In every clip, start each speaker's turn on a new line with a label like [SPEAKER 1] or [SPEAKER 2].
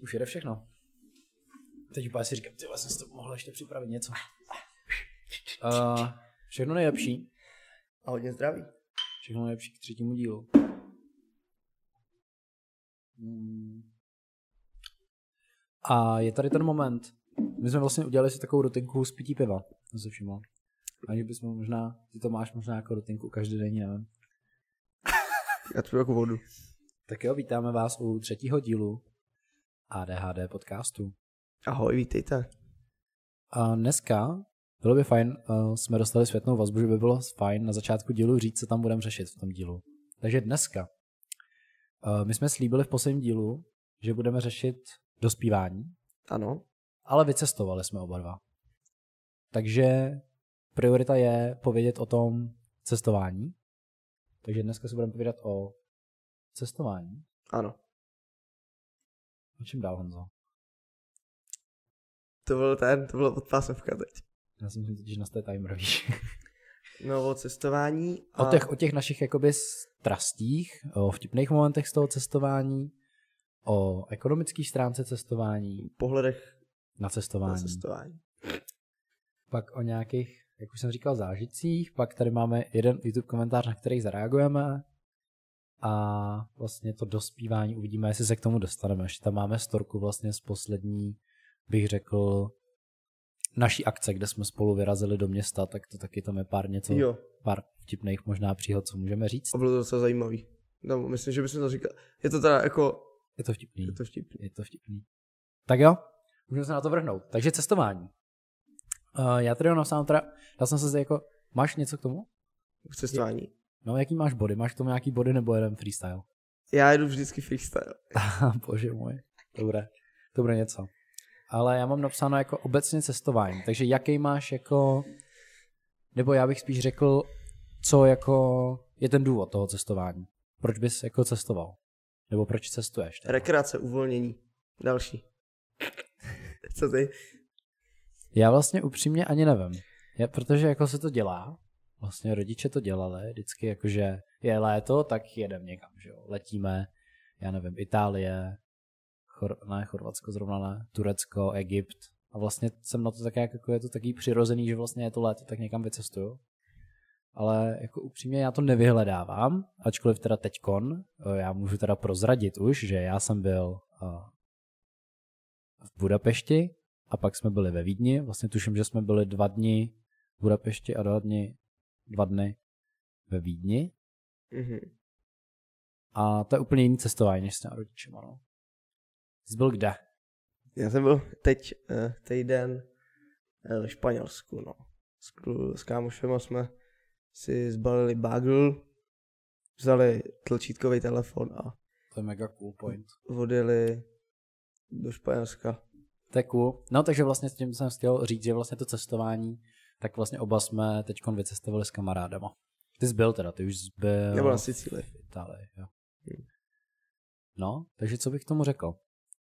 [SPEAKER 1] Už jede všechno. Teď úplně si říkám, jsem si to mohl ještě připravit něco. Všechno nejlepší.
[SPEAKER 2] A hodně zdraví.
[SPEAKER 1] Všechno nejlepší k 3. dílu. A je tady ten moment. My jsme vlastně udělali si takovou rutinku z pití piva. To se všiml. Ani bychom možná, ty to máš možná jako rutinku každý den, nevím.
[SPEAKER 2] Já tu jako vodu.
[SPEAKER 1] Tak jo, vítáme vás u 3. dílu ADHD podcastu.
[SPEAKER 2] Ahoj, vítejte.
[SPEAKER 1] A dneska bylo by fajn, jsme dostali zpětnou vazbu, že by bylo fajn na začátku dílu říct, co tam budeme řešit v tom dílu. Takže dneska, my jsme slíbili v posledním dílu, že budeme řešit dospívání.
[SPEAKER 2] Ano.
[SPEAKER 1] Ale vycestovali jsme oba dva. Takže priorita je povědět o tom cestování. Takže dneska si budeme povídat o cestování.
[SPEAKER 2] Ano.
[SPEAKER 1] O čím dál, Honzo?
[SPEAKER 2] To bylo podpásovka teď.
[SPEAKER 1] Já jsem si totiž nastavil timer, víš.
[SPEAKER 2] No, o cestování.
[SPEAKER 1] A... O těch našich jakoby strastích, o vtipných momentech z toho cestování, o ekonomické stránce cestování.
[SPEAKER 2] Pohledech
[SPEAKER 1] na cestování. Pak o nějakých, jak už jsem říkal, zážitcích. Pak tady máme jeden YouTube komentář, na který zareagujeme. A vlastně to dospívání uvidíme, jestli se k tomu dostaneme. Ještě tam máme storku vlastně z poslední, bych řekl, naší akce, kde jsme spolu vyrazili do města, tak to taky tam je pár vtipných možná příhod, co můžeme říct.
[SPEAKER 2] A bylo to docela zajímavý. No, myslím, že bychom to říkali. Je to teda jako...
[SPEAKER 1] Je to vtipný. Tak jo, můžeme se na to vrhnout. Takže cestování. Já tady napsám já jsem se zde jako, máš něco k tomu?
[SPEAKER 2] K cestování?
[SPEAKER 1] No, jaký máš body? Máš k tomu nějaký body nebo jeden freestyle?
[SPEAKER 2] Já jedu vždycky freestyle.
[SPEAKER 1] Bože můj, dobré. To bude něco. Ale já mám napsáno jako obecně cestování, takže jaký máš jako, nebo já bych spíš řekl, co jako je ten důvod toho cestování. Proč bys jako cestoval? Nebo proč cestuješ? Teda?
[SPEAKER 2] Rekreace, uvolnění. Další. Co ty?
[SPEAKER 1] Já vlastně upřímně ani nevím. Protože jako se to dělá, vlastně rodiče to dělali, vždycky jakože je léto, tak jedeme někam, že jo. Letíme, já nevím, Itálie, Chorvatsko zrovna ne, Turecko, Egypt. A vlastně jsem na to tak jako je to taky přirozený, že vlastně je to léto, tak někam vycestuju. Ale jako upřímně já to nevyhledávám, ačkoliv teda teďkon, já můžu teda prozradit už, že já jsem byl v Budapešti a pak jsme byli ve Vídni. Vlastně tuším, že jsme byli 2 dny v Budapešti a 2 dny ve Vídni.
[SPEAKER 2] Mm-hmm.
[SPEAKER 1] A to je úplně jiný cestování, než s těma rodičema, no. Jsi byl kde?
[SPEAKER 2] Já jsem byl teď týden v Španělsku, no. S kámošema jsme si zbalili bagel, vzali tlačítkový telefon a
[SPEAKER 1] to je mega cool point.
[SPEAKER 2] Odjeli do Španělska.
[SPEAKER 1] To je cool. No takže vlastně s tím jsem chtěl říct, že vlastně to cestování, tak vlastně oba jsme teďkon vycestovali s kamarádama. Ty jsi byl teda, ty už jsi byl...
[SPEAKER 2] Nebo na Sicílii.
[SPEAKER 1] V Itálii, jo. No, takže co bych k tomu řekl?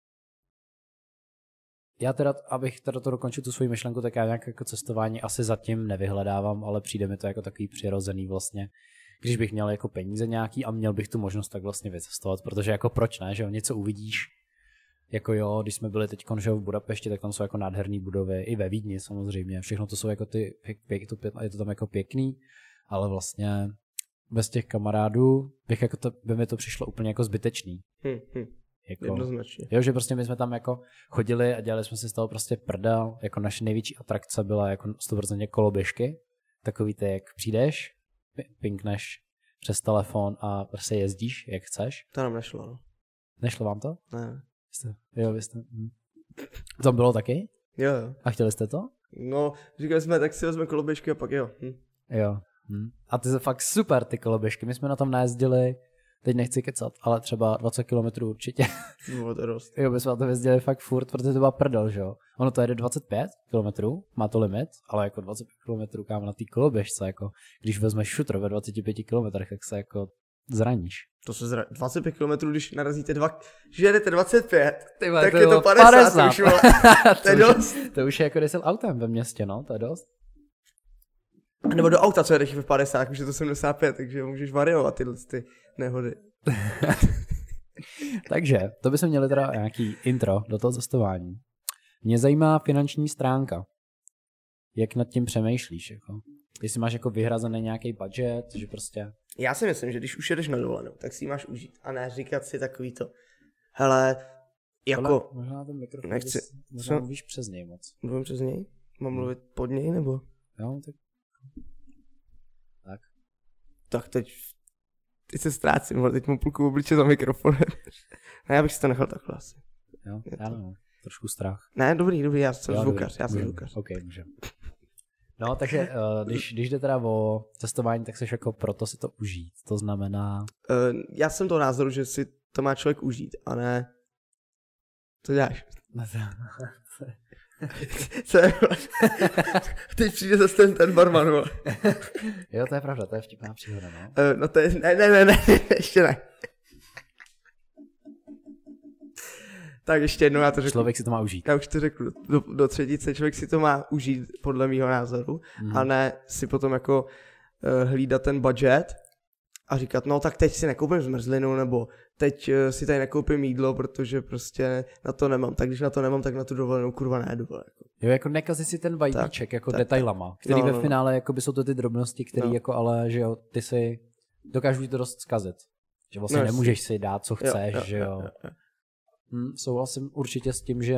[SPEAKER 1] Já teda, abych teda to dokončil tu svoji myšlenku, tak já nějak jako cestování asi zatím nevyhledávám, ale přijde mi to jako takový přirozený vlastně, když bych měl jako peníze nějaký a měl bych tu možnost tak vlastně vycestovat, protože jako proč ne, že jo, něco uvidíš, jako jo, když jsme byli teďkon, že v Budapešti, tak tam jsou jako nádherné budovy, i ve Vídni samozřejmě, všechno to jsou jako je to tam jako pěkný, ale vlastně bez těch kamarádů by mi to přišlo úplně jako zbytečný. Jako,
[SPEAKER 2] jednoznačně.
[SPEAKER 1] Jo, že prostě my jsme tam jako chodili a dělali jsme si z toho prostě prdel, jako naše největší atrakce byla jako 100% koloběžky, takový ty, jak přijdeš, pinkneš přes telefon a prostě jezdíš, jak chceš.
[SPEAKER 2] To nám nešlo, no.
[SPEAKER 1] Nešlo vám to?
[SPEAKER 2] Ne.
[SPEAKER 1] Vy jste. To bylo taky?
[SPEAKER 2] Jo.
[SPEAKER 1] A chtěli jste to?
[SPEAKER 2] No, říkali jsme, tak si vezme koloběžky a pak jo.
[SPEAKER 1] Jo. A ty jsou fakt super, ty koloběžky, my jsme na tom najezdili. Teď nechci kecat, ale třeba 20 km určitě.
[SPEAKER 2] No, to je dost.
[SPEAKER 1] Jo, bychom na to jezdili fakt furt, protože to byla prdel, že jo. Ono to jede 25 km, má to limit, ale jako 25 km kámo na té koloběžce, jako když vezmeš šutr ve 25 km, tak se jako zraníš.
[SPEAKER 2] To se 25 km, když narazíte že jedete 25,
[SPEAKER 1] tyhle,
[SPEAKER 2] tak je to 50 už, to je dost.
[SPEAKER 1] To už je jako 10 autem ve městě, no, to je dost.
[SPEAKER 2] Nebo do auta, co jedeš v 50, už je to 75, takže můžeš variovat ty nehody.
[SPEAKER 1] Takže, to by se měli teda nějaký intro do toho cestování. Mě zajímá finanční stránka. Jak nad tím přemýšlíš? Jako? Jestli máš jako vyhrazený nějaký budget, že prostě...
[SPEAKER 2] Já si myslím, že když už jedeš na dovolenou, tak si ji máš užít a ne říkat si takový to. Hele, jako...
[SPEAKER 1] Ale možná ten mikrofon,
[SPEAKER 2] nechci...
[SPEAKER 1] možná mluvíš přes něj moc.
[SPEAKER 2] Mluvím přes něj? Mám mluvit pod něj, nebo?
[SPEAKER 1] Jo, tak.
[SPEAKER 2] Tak teď se ztrácím, ale teď mám půlku obliče za mikrofonem. Ne, já bych si to nechal takhle asi.
[SPEAKER 1] Jo, já nevím, trošku strach.
[SPEAKER 2] Ne, dobrý, já jsem
[SPEAKER 1] Jo,
[SPEAKER 2] zvukař,
[SPEAKER 1] dobrý.
[SPEAKER 2] já jsem zvukař.
[SPEAKER 1] Ok, můžem. No, takže když jde teda o cestování, tak seš jako proto si to užít. To znamená...
[SPEAKER 2] Já jsem toho názoru, že si to má člověk užít, a ne... Co děláš? Co je? Teď přijde zase ten barman, vole.
[SPEAKER 1] Jo, to je pravda, to je vtipná příhoda, no.
[SPEAKER 2] No to je... Ne, ještě ne. Tak ještě jednou já to řeknu.
[SPEAKER 1] Člověk si to má užít.
[SPEAKER 2] Já už to řeknu. Do třetice člověk si to má užít, podle mýho názoru, a ne si potom jako hlídat ten budget a říkat, no tak teď si nekoupím zmrzlinu, nebo teď si tady nekoupím jídlo, protože prostě na to nemám. Tak když na to nemám, tak na tu dovolenou kurva nejedu.
[SPEAKER 1] Jo, jako nekazit si ten vajbíček jako
[SPEAKER 2] tak,
[SPEAKER 1] detailama, který ve
[SPEAKER 2] no.
[SPEAKER 1] finále jako by jsou to ty drobnosti, které jako ale, že jo, ty si dokážou to dost zkazit. Že vlastně nemůžeš si dát, co chceš, že jo. Souhlasím určitě s tím, že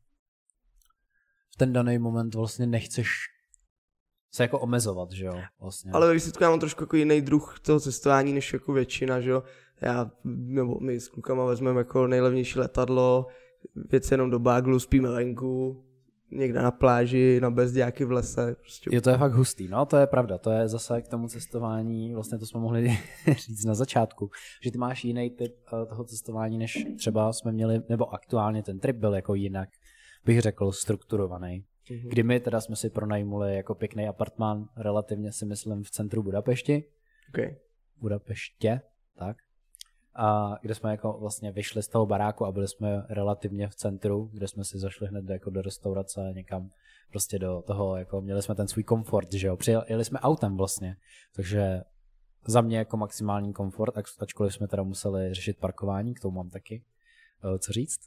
[SPEAKER 1] v ten daný moment vlastně nechceš se jako omezovat, že jo, vlastně.
[SPEAKER 2] Ale když si já mám trošku jako jiný druh toho cestování, než jako většina, že jo. Nebo my s klukama vezmeme jako nejlevnější letadlo, věc jenom do Baglu, spíme venku, někde na pláži, na bezdějáky v lese. Prostě.
[SPEAKER 1] Jo, to je fakt hustý, no to je pravda, to je zase k tomu cestování, vlastně to jsme mohli říct na začátku, že ty máš jiný typ toho cestování, než třeba jsme měli, nebo aktuálně ten trip byl jako jinak, bych řekl, strukturovaný. Kdy my teda jsme si pronajmuli jako pěkný apartmán, relativně si myslím v centru Budapešti.
[SPEAKER 2] Okay.
[SPEAKER 1] Budapeště, tak. A kde jsme jako vlastně vyšli z toho baráku a byli jsme relativně v centru, kde jsme si zašli hned jako do restaurace někam prostě do toho, jako měli jsme ten svůj komfort, že jo, jeli jsme autem vlastně, takže za mě jako maximální komfort, ačkoliv jsme teda museli řešit parkování, k tomu mám taky co říct.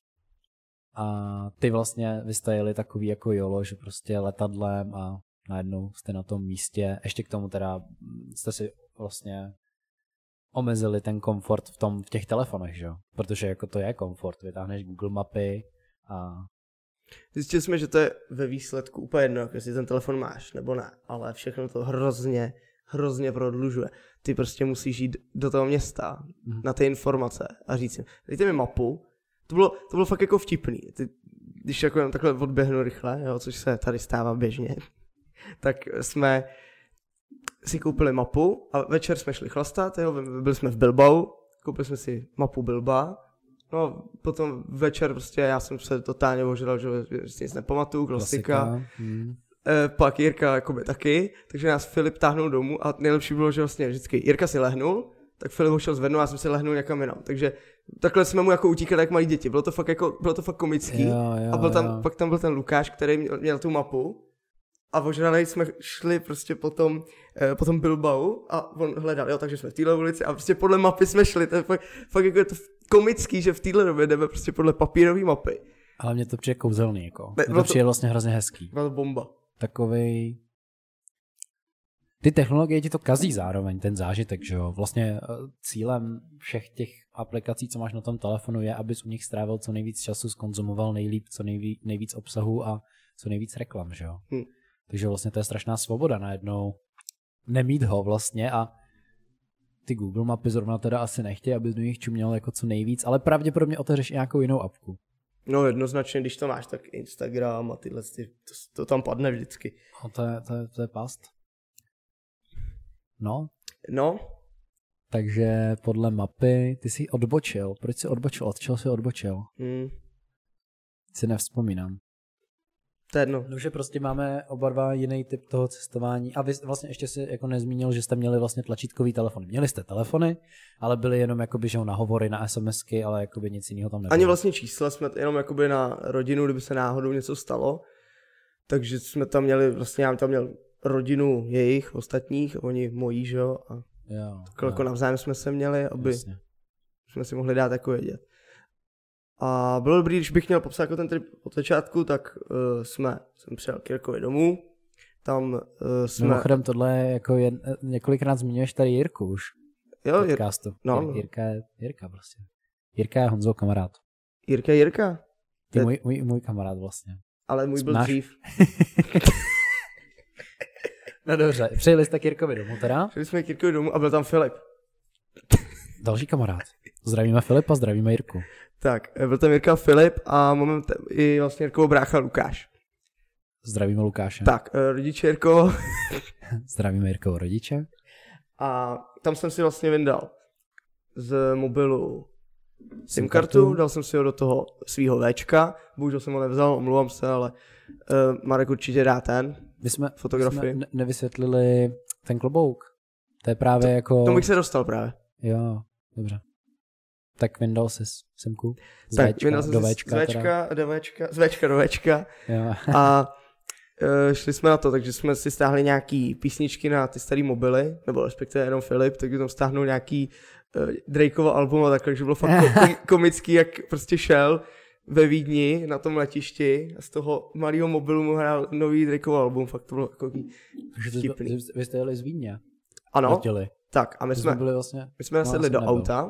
[SPEAKER 1] A ty vlastně vy jste jeli takový jako jolo, že prostě letadlem a najednou jste na tom místě, ještě k tomu teda jste si vlastně omezili ten komfort v těch telefonech, že jo? Protože jako to je komfort, vytáhneš Google mapy a...
[SPEAKER 2] Zjistili jsme, že to je ve výsledku úplně jedno, jestli ten telefon máš nebo ne, ale všechno to hrozně prodlužuje. Ty prostě musíš jít do toho města na ty informace a říct si, dejte mi mapu. To bylo fakt jako vtipný. Když jako jen takhle odběhnu rychle, jo, což se tady stává běžně, tak jsme si koupili mapu a večer jsme šli chlastat, jo, byli jsme v Bilbao, koupili jsme si mapu Bilba, no potom večer prostě já jsem se totálně ožral, že si nic nepamatuju, klasika. Pak Jirka jakoby taky, takže nás Filip táhnul domů a nejlepší bylo, že vlastně vždycky Jirka si lehnul, tak Filip ho šel zvednout a já jsem si lehnul někam jinam, takže takhle jsme mu jako utíkali jak malí děti, bylo to fakt komický.
[SPEAKER 1] Jo,
[SPEAKER 2] a pak tam byl ten Lukáš, který měl tu mapu a ožralej jsme šli prostě potom Bilbao a on hledal, jo, takže jsme v téhle ulici a prostě podle mapy jsme šli, to je fakt jako je to komický, že v téhle době jdeme prostě podle papírové mapy.
[SPEAKER 1] Ale mě to přijde kouzelný, jako. Mě to přijde vlastně hrozně hezký.
[SPEAKER 2] Byla to bomba.
[SPEAKER 1] Takovej... Ty technologie ti to kazí zároveň, ten zážitek, že jo. Vlastně cílem všech těch aplikací, co máš na tom telefonu, je, abys u nich strávil co nejvíc času, zkonzumoval nejlíp, co nejvíc obsahu a co nejvíc reklam, že jo. Takže vlastně to je strašná svoboda najednou nemít ho vlastně a ty Google mapy zrovna teda asi nechtějí, abys do nich čuměl jako co nejvíc, ale pravděpodobně otevřeš i nějakou jinou apku. No
[SPEAKER 2] jednoznačně, když to máš, tak Instagram a tyhle, to tam padne vždycky.
[SPEAKER 1] No to je past. No. Takže podle mapy ty jsi odbočil. Proč jsi odbočil? Od čeho jsi odbočil? Si nevzpomínám.
[SPEAKER 2] To je jedno.
[SPEAKER 1] No, že prostě máme oba dva jiný typ toho cestování. A vy vlastně ještě si jako nezmínil, že jste měli vlastně tlačítkový telefon. Měli jste telefony, ale byly jenom jakoby, že na hovory, na SMSky, ale jakoby nic jiného tam nebylo.
[SPEAKER 2] Ani vlastně čísla jsme jenom jakoby na rodinu, kdyby se náhodou něco stalo. Takže jsme tam měli, vlastně já tam měl rodinu jejich, ostatních, oni mojí, že jo. A
[SPEAKER 1] jo.
[SPEAKER 2] Jako navzájem jsme se měli, aby jsme jsme si mohli dát jako vědět. A bylo dobrý, když bych měl popsat jako ten trip od začátku, tak jsem přijel k Jirkovi domů, tam jsme...
[SPEAKER 1] Mimochodem tohle je jako několikrát zmiňuješ tady Jirku už.
[SPEAKER 2] Jo,
[SPEAKER 1] podcastu.
[SPEAKER 2] No.
[SPEAKER 1] Jirka prostě. Jirka je Honzo kamarád.
[SPEAKER 2] Jirka?
[SPEAKER 1] Je můj kamarád vlastně.
[SPEAKER 2] Ale můj byl dřív.
[SPEAKER 1] No dobře, přijeli jste k Jirkovi domů teda?
[SPEAKER 2] Přijeli jsme k Jirkovi domů a byl tam Filip.
[SPEAKER 1] Další kamarád. Zdravíme Filipa, zdravíme Jirku.
[SPEAKER 2] Tak, byl tam Jirka Filip a i vlastně Jirkovo brácha Lukáš.
[SPEAKER 1] Zdravíme Lukáše.
[SPEAKER 2] Tak, rodiče Jirko.
[SPEAKER 1] Zdravíme Jirkovo rodiče.
[SPEAKER 2] A tam jsem si vlastně vyndal z mobilu SIM kartu, dal jsem si ho do toho svýho Včka, bohužel jsem ho nevzal, omlouvám se, ale Marek určitě dá fotografii.
[SPEAKER 1] My jsme nevysvětlili ten klobouk. To je právě jako...
[SPEAKER 2] Tomu bych se dostal právě.
[SPEAKER 1] Jo, dobře. Tak vyndal jsi SIMku z
[SPEAKER 2] Včka do Včka. Jo. A šli jsme na to, takže jsme si stáhli nějaký písničky na ty staré mobily, nebo respektive jenom Filip, takže tam stáhnul nějaký Drakeovo album a takhle, že bylo fakt komický, jak prostě šel ve Vídni na tom letišti a z toho malého mobilu mu hrál nový Drakeovo album, fakt to bylo jako vtipný.
[SPEAKER 1] Vy jste jeli z Vídně?
[SPEAKER 2] Ano,
[SPEAKER 1] letěli.
[SPEAKER 2] Tak a my jsme nasedli do auta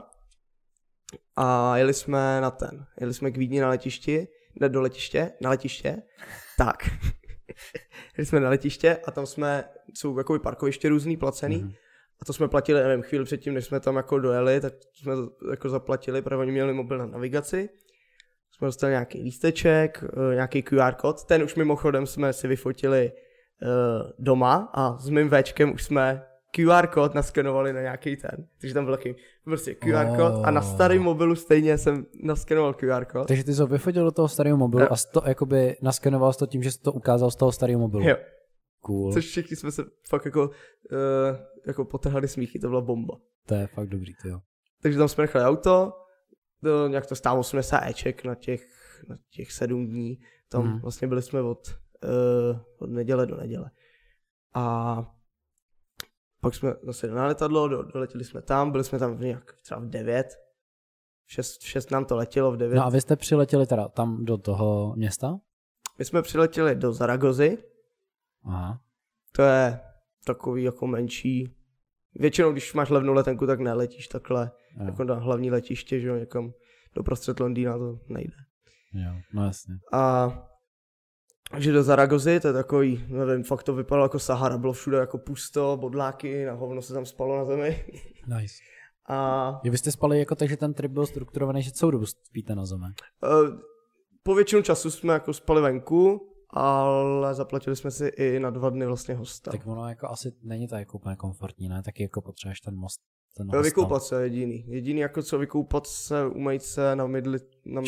[SPEAKER 2] a jeli jsme k Vídni na letišti, na letiště, tak. Jeli jsme na letiště a tam jsou jakoby parkoviště různý placený a to jsme platili, nevím, chvíli předtím, než jsme tam jako dojeli, tak jsme jako zaplatili, protože oni měli mobil na navigaci. Jsme dostali nějaký lísteček, nějaký QR kód, ten už mimochodem jsme si vyfotili doma a s mým Včkem už jsme QR kód naskenovali na nějaký ten, takže tam byl takový prostě QR kód a na starém mobilu stejně jsem naskenoval QR kód.
[SPEAKER 1] Takže ty jsi ho vyfotil do toho starého mobilu a to jakoby naskenoval jsi to tím, že jsi to ukázal z toho starého mobilu.
[SPEAKER 2] Jo.
[SPEAKER 1] Cool.
[SPEAKER 2] Což všichni jsme se fakt jako potrhali smíchy, to byla bomba.
[SPEAKER 1] To je fakt dobrý, to jo.
[SPEAKER 2] Takže tam jsme nechali auto, nějak to stálo 80 Eček na těch 7 dní, tam vlastně byli jsme od neděle do neděle. A pak jsme zase na letadlo, doletěli jsme tam, byli jsme tam nějak třeba v 9, v 6 nám to letělo v 9.
[SPEAKER 1] No a vy jste přiletěli teda tam do toho města?
[SPEAKER 2] My jsme přiletěli do Zaragozy.
[SPEAKER 1] Aha.
[SPEAKER 2] To je takový jako menší. Většinou, když máš levnou letenku, tak neletíš takhle jako na hlavní letiště, že jo, někam doprostřed Londýna to nejde.
[SPEAKER 1] Jo, no jasně.
[SPEAKER 2] A takže do Zaragozy, to je takový, nevím, fakt to vypadalo jako Sahara, bylo všude jako pusto, bodláky, na hovno se tam spalo na zemi.
[SPEAKER 1] Nice.
[SPEAKER 2] A...
[SPEAKER 1] Vy jste spali jako tak, že ten trip byl strukturovaný, že celou dobu spíte na zemi?
[SPEAKER 2] Po většinu času jsme jako spali venku, ale zaplatili jsme si i na 2 dny vlastně hosta.
[SPEAKER 1] Tak ono jako asi není to jako úplně komfortní, ne? Taky jako potřebuješ ten most.
[SPEAKER 2] Vykoupat se jediný jako co vykoupat se, umýt se, namydlit.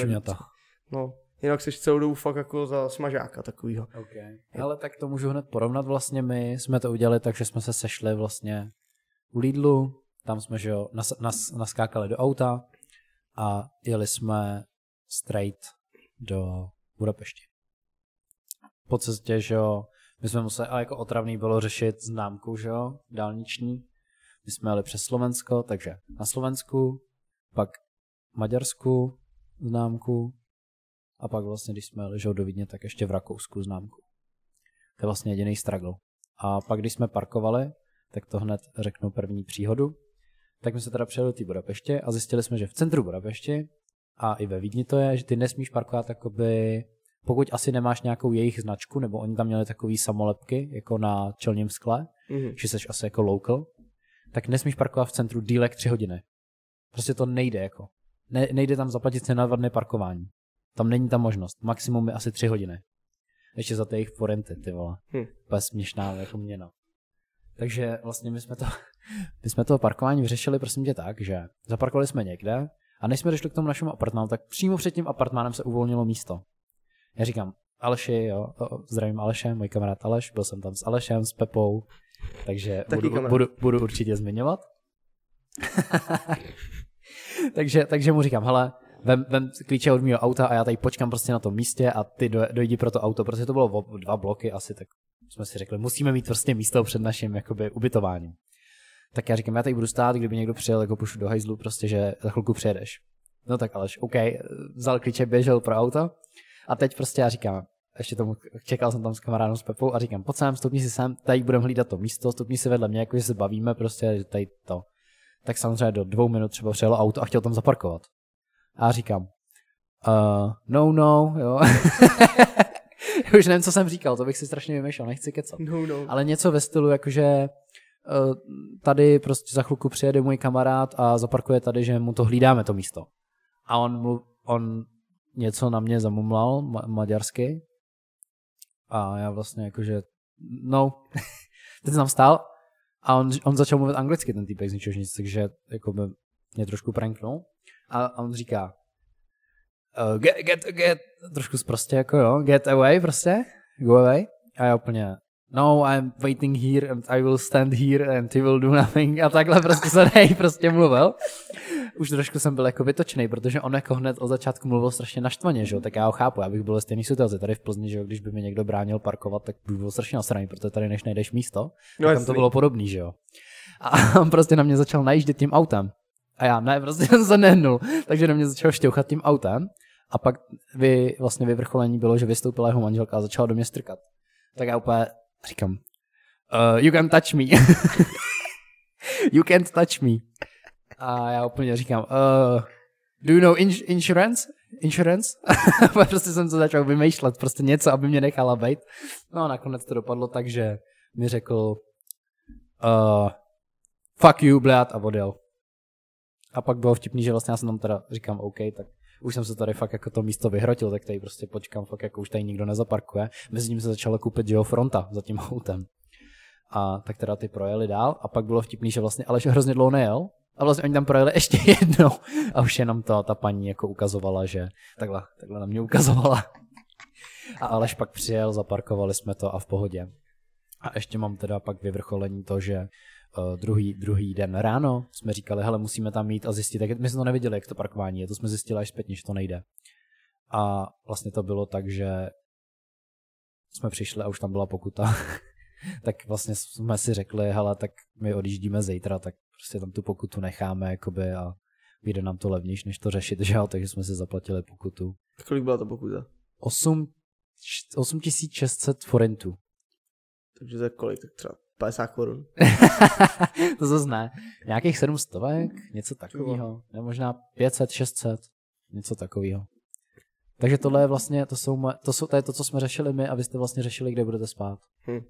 [SPEAKER 2] No, jinak jsi celou dobu fakt jako za smažáka takovýho.
[SPEAKER 1] Okay. Ale tak to můžu hned porovnat vlastně, my jsme to udělali tak, že jsme se sešli vlastně u Lidlu, tam jsme, že jo, naskákali do auta a jeli jsme straight do Budapešti. Po cestě, že jo, my jsme museli, a jako otravný bylo řešit známku, že jo, dálniční. My jsme jeli přes Slovensko, takže na Slovensku, pak Maďarsku známku a pak vlastně, když jsme jeli, že jo, do Vídně, tak ještě v Rakousku známku. To je vlastně jediný struggle. A pak, když jsme parkovali, tak to hned řeknu první příhodu, tak jsme se teda přijeli do té Budapeště a zjistili jsme, že v centru Budapešti a i ve Vídni to je, že ty nesmíš parkovat jakoby, pokud asi nemáš nějakou jejich značku, nebo oni tam měli takový samolepky, jako na čelním skle, že jsi asi jako local, tak nesmíš parkovat v centru díl jak 3 hodiny. Prostě to nejde jako. Nejde tam zaplatit si na 2 dny parkování. Tam není ta možnost. Maximum je asi 3 hodiny. Ještě za ty jejich forenty, ty vole. To je směšná jako měna. Takže vlastně my jsme to parkování vyřešili, prosím tě, tak, že zaparkovali jsme někde a než jsme došli k tomu našemu apartmánu, tak přímo před tím apartmánem se uvolnilo místo. Já říkám, Aleši, jo, zdravím Aleše, můj kamarád Aleš, byl jsem tam s Alešem, s Pepou, takže budu určitě zmiňovat. takže mu říkám, hele, vem klíče od mého auta a já tady počkám prostě na tom místě a ty dojdi pro to auto, protože to bylo 2 bloky asi, tak jsme si řekli, musíme mít prostě místo před naším jakoby ubytováním. Tak já říkám, já tady budu stát, kdyby někdo přijel, jako pošlu do hajzlu, prostě, že za chvilku přijedeš. No tak Aleš, OK, vzal klíče, běžel pro auto a teď prostě já říkám, ještě tomu čekal jsem tam s kamarádem s Pepou a říkám, pojď sem, stoupni si sem, tady budeme hlídat to místo, stoupni si vedle mě, jakože se bavíme prostě, že tady to. Tak samozřejmě do 2 minut třeba přijelo auto a chtěl tam zaparkovat. A já říkám, no, jo. Už nevím, co jsem říkal, to bych si strašně vymýšlel, nechci kecat.
[SPEAKER 2] No.
[SPEAKER 1] Ale něco ve stylu, jakože tady prostě za chvilku přijede můj kamarád a zaparkuje tady, že mu to hlídáme to místo. A on něco na mě zamumlal maďarsky a já vlastně jakože no, teď jsem stál a on začal mluvit anglicky, ten týpek z ničeho nic, takže jako by mě trošku pranknul a on říká get trošku prostě jako jo, get away prostě, go away a já úplně no, I'm waiting here and I will stand here and he will do nothing a takhle prostě se prostě mluvil. Už trošku jsem byl jako vytočený, protože on jako hned od začátku mluvil strašně naštvaně, že jo, tak já ho chápu, já bych byl ve stejné situaci tady v Plzni, že jo, když by mi někdo bránil parkovat, tak bych byl strašně nasraný, protože tady než najdeš místo, tak tam to bylo podobný, že jo. A on prostě na mě začal najíždět tím autem. A já ne, prostě jsem se nehnul, takže na mě začal šťouchat tím autem a pak vlastně vyvrcholení bylo, že vystoupila jeho manželka a začala do mě strkat. Tak já úplně říkám, you can touch me. You can't touch me. A já úplně říkám, do you know insurance? Insurance? Prostě jsem to začal vymýšlet, prostě něco, aby mě nechala bejt. No a nakonec to dopadlo tak, že mi řekl fuck you, blad, a odjel. A pak bylo vtipný, že vlastně já jsem tam teda říkám, OK, tak už jsem se tady fakt jako to místo vyhrotil, tak tady prostě počkám, fakt jako už tady nikdo nezaparkuje. Mezi ním se začalo koupit, že jo, fronta za tím autem. A tak teda ty projeli dál a pak bylo vtipný, že vlastně Aleš hrozně dlouho nejel a vlastně oni tam projeli ještě jednou a už jenom to ta paní jako ukazovala, že takhle na mě ukazovala. A Aleš pak přijel, zaparkovali jsme to a v pohodě. A ještě mám teda pak vyvrcholení to, že druhý den ráno jsme říkali, hele, musíme tam mít a zjistit, tak my jsme to nevěděli, jak to parkování je, to jsme zjistili až zpětně, že to nejde. A vlastně to bylo tak, že jsme přišli a už tam byla pokuta. Tak vlastně jsme si řekli, hele, tak my odjíždíme zítra, tak prostě tam tu pokutu necháme, jakoby, a vyjde nám to levnější, než to řešit, že jo, takže jsme si zaplatili pokutu.
[SPEAKER 2] Kolik byla ta pokuta?
[SPEAKER 1] 8600 forintů.
[SPEAKER 2] Takže to je kolik? Tak třeba 50 korun.
[SPEAKER 1] To zase ne. Nějakých 700, něco takového. Ne, možná 500, 600, něco takového. Takže tohle je vlastně, to je to, co jsme řešili my a vy jste vlastně řešili, kde budete spát.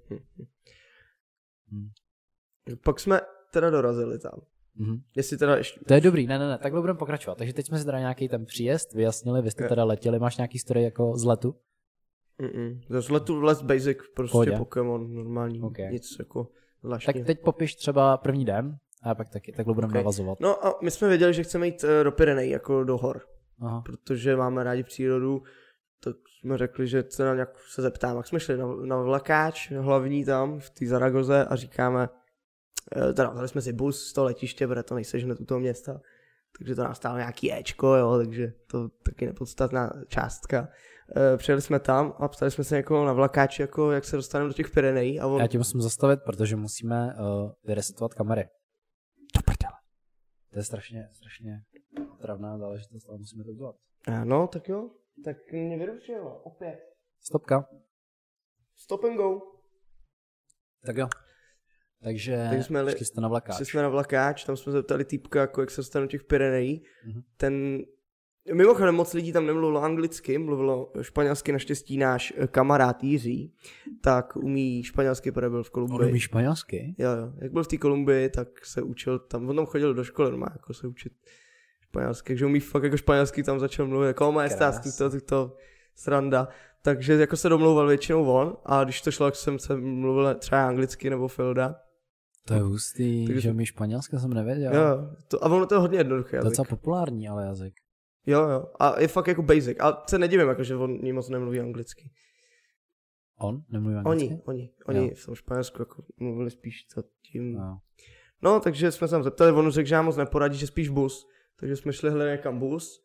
[SPEAKER 2] Pak jsme teda dorazili tam. Jestli teda ještě...
[SPEAKER 1] To je dobrý, ne, takhle budeme pokračovat. Takže teď jsme si teda nějaký ten příjezd vyjasnili, vy jste teda letěli, máš nějaký story jako z letu?
[SPEAKER 2] Z letu let basic, prostě Pokémon, normální, nic jako zvláštního.
[SPEAKER 1] Tak teď popiš třeba první den a pak takhle budeme navazovat.
[SPEAKER 2] No a my jsme věděli, že chceme jít do Pyrenejí, jako do hor.
[SPEAKER 1] Aha.
[SPEAKER 2] Protože máme rádi přírodu, tak jsme řekli, že se na nějak se zeptáme. Jak jsme šli na vlakáč hlavní tam v té Zaragoze a říkáme, teda vzali jsme si bus z toho letiště, protože to nejseš hned u toho města, takže to nás stálo nějaký éčko, jo, takže to taky nepodstatná částka. Přijeli jsme tam a ptali jsme se někoho na vlakáči, jako jak se dostaneme do těch Pyrenejí.
[SPEAKER 1] Já tě musím zastavit, protože musíme vyresetovat kamery. Do prdele. To je strašně travná záležitost, ale musíme to udělat.
[SPEAKER 2] No, tak jo. Tak mě vyrušilo, opět.
[SPEAKER 1] Stopka.
[SPEAKER 2] Stop and go.
[SPEAKER 1] Tak jo. Takže šli jste na vlakáč.
[SPEAKER 2] Šli jsme na vlakáč, tam jsme zeptali týpka, jako jak se dostanu těch Pyrenejí. Ten... Mimochodem moc lidí tam nemluvilo anglicky, mluvilo španělsky, naštěstí náš kamarád Jiří, tak umí španělsky, protože byl v Kolumbii.
[SPEAKER 1] On umí španělsky?
[SPEAKER 2] Jo. Jak byl v té Kolumbii, tak se učil tam, on tam chodil do školy normálně, jako se učit španělsky, takže umí fakt jako španělsky, tam začal mluvit, jako to sranda. Takže jako se domlouval většinou on a když to šlo, jak jsem se mluvil třeba anglicky nebo Filda.
[SPEAKER 1] To je hustý, takže... že umí španělsky, jsem nevěděl.
[SPEAKER 2] Jo, a ono to je hodně jednoduché jazyk.
[SPEAKER 1] Docela populární ale jazyk.
[SPEAKER 2] Jo, a je fakt jako basic, a se nedivím, jako, že on ní moc nemluví anglicky.
[SPEAKER 1] On nemluví anglicky?
[SPEAKER 2] Oni v tom Španělsku jako mluvili spíš tím. No, takže jsme se tam zeptali, on řekl, že nám moc neporadí, že spíš bus, takže jsme šli hledat někam bus,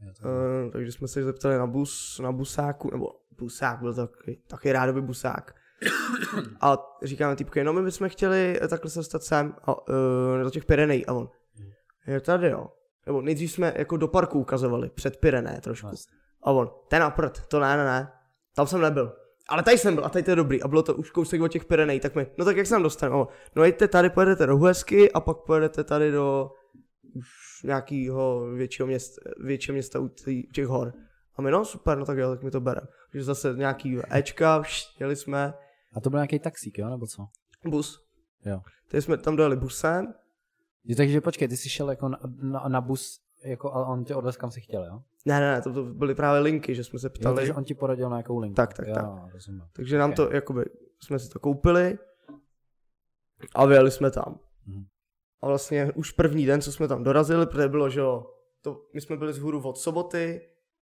[SPEAKER 2] takže jsme se zeptali na busáku, nebo busák byl taky rádoby busák, A říkáme týpky, no my bychom chtěli takhle se dostat sem do těch Pyrenejí. A on, je tady jo. Nebo nejdřív jsme jako do parku ukazovali, před Pyreneje trošku. A on, ten na prd, to ne. Tam jsem nebyl. Ale tady jsem byl a tady to je dobrý. A bylo to už kousek od těch Pyrenejí, tak my, no tak jak se tam dostaneme? No jeďte tady, pojedete do Huesky a pak pojedete tady do už nějakého většího města u těch hor. A my, no super, no tak jo, tak mi to bereme. Takže zase nějaký Ečka, jeli jsme.
[SPEAKER 1] A to byl nějaký taxík, jo, nebo co?
[SPEAKER 2] Bus.
[SPEAKER 1] Jo.
[SPEAKER 2] Teď jsme tam dojeli busem.
[SPEAKER 1] Takže počkej, ty jsi šel jako na bus, jako, a on tě odvez kam si chtěl, jo?
[SPEAKER 2] Ne, to byly právě linky, že jsme se ptali.
[SPEAKER 1] Jo, takže on ti poradil na jakou linku.
[SPEAKER 2] Tak.
[SPEAKER 1] Rozumím.
[SPEAKER 2] Takže nám to, jakoby, jsme si to koupili a vyjeli jsme tam. A vlastně už první den, co jsme tam dorazili, protože bylo, že jo, my jsme byli vzhůru od soboty,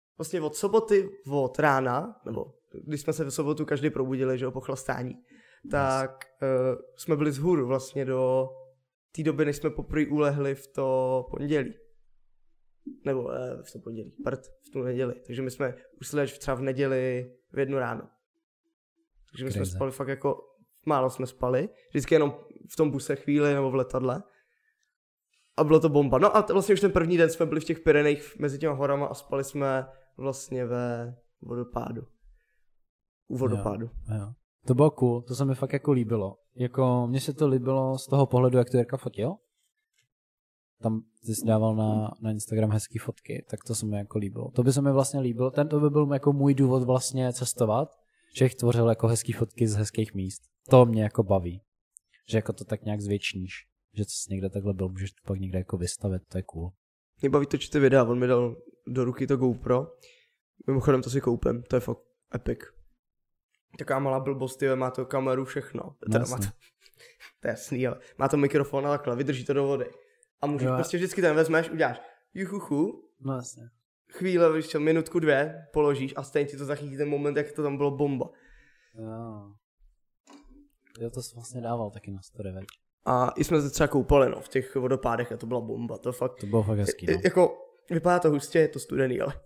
[SPEAKER 2] od rána, nebo když jsme se v sobotu každý probudili, že jo, po chlastání, tak jsme byli vzhůru vlastně do té doby, než jsme poprvé ulehli v to pondělí. Nebo v to pondělí, v tu neděli. Takže my jsme usli až třeba v neděli v 1 ráno. Takže my jsme spali fakt jako, málo jsme spali, vždycky jenom v tom buse chvíli nebo v letadle. A bylo to bomba. No a vlastně už ten první den jsme byli v těch Pyrenejích mezi těma horama a spali jsme vlastně ve vodopádu. U vodopádu.
[SPEAKER 1] Jo. To bylo cool, to se mi fakt jako líbilo. Jako, mně se to líbilo z toho pohledu, jak to Jirka fotil. Tam ty jsi dával na Instagram hezký fotky, tak to se mi jako líbilo. To by se mi vlastně líbilo, to by byl jako můj důvod vlastně cestovat, že jich tvořil jako hezký fotky z hezkých míst. To mě jako baví, že jako to tak nějak zvětšníš, že to někde takhle byl, můžeš to pak někde jako vystavit, to je cool.
[SPEAKER 2] Mě baví točit ty videa, on mi dal do ruky to GoPro, mimochodem to si koupím, to je fakt epic. Taková malá blbost, má to kameru, všechno. To je jasný, ale má to mikrofon a takhle, vydrží to do vody. A můžeš prostě vždycky ten vezmeš, uděláš juchuchu.
[SPEAKER 1] No jasně.
[SPEAKER 2] Chvíle, víš čo, minutku, 2, položíš a stejně ti to zachytí ten moment, jak to tam bylo bomba.
[SPEAKER 1] Jo, to jsi vlastně dával taky na story, veď.
[SPEAKER 2] A i jsme se třeba koupali, no, v těch vodopádech a to byla bomba, to fakt.
[SPEAKER 1] To bylo fakt hezký, no.
[SPEAKER 2] Jako, vypadá to hustě, je to studený, ale.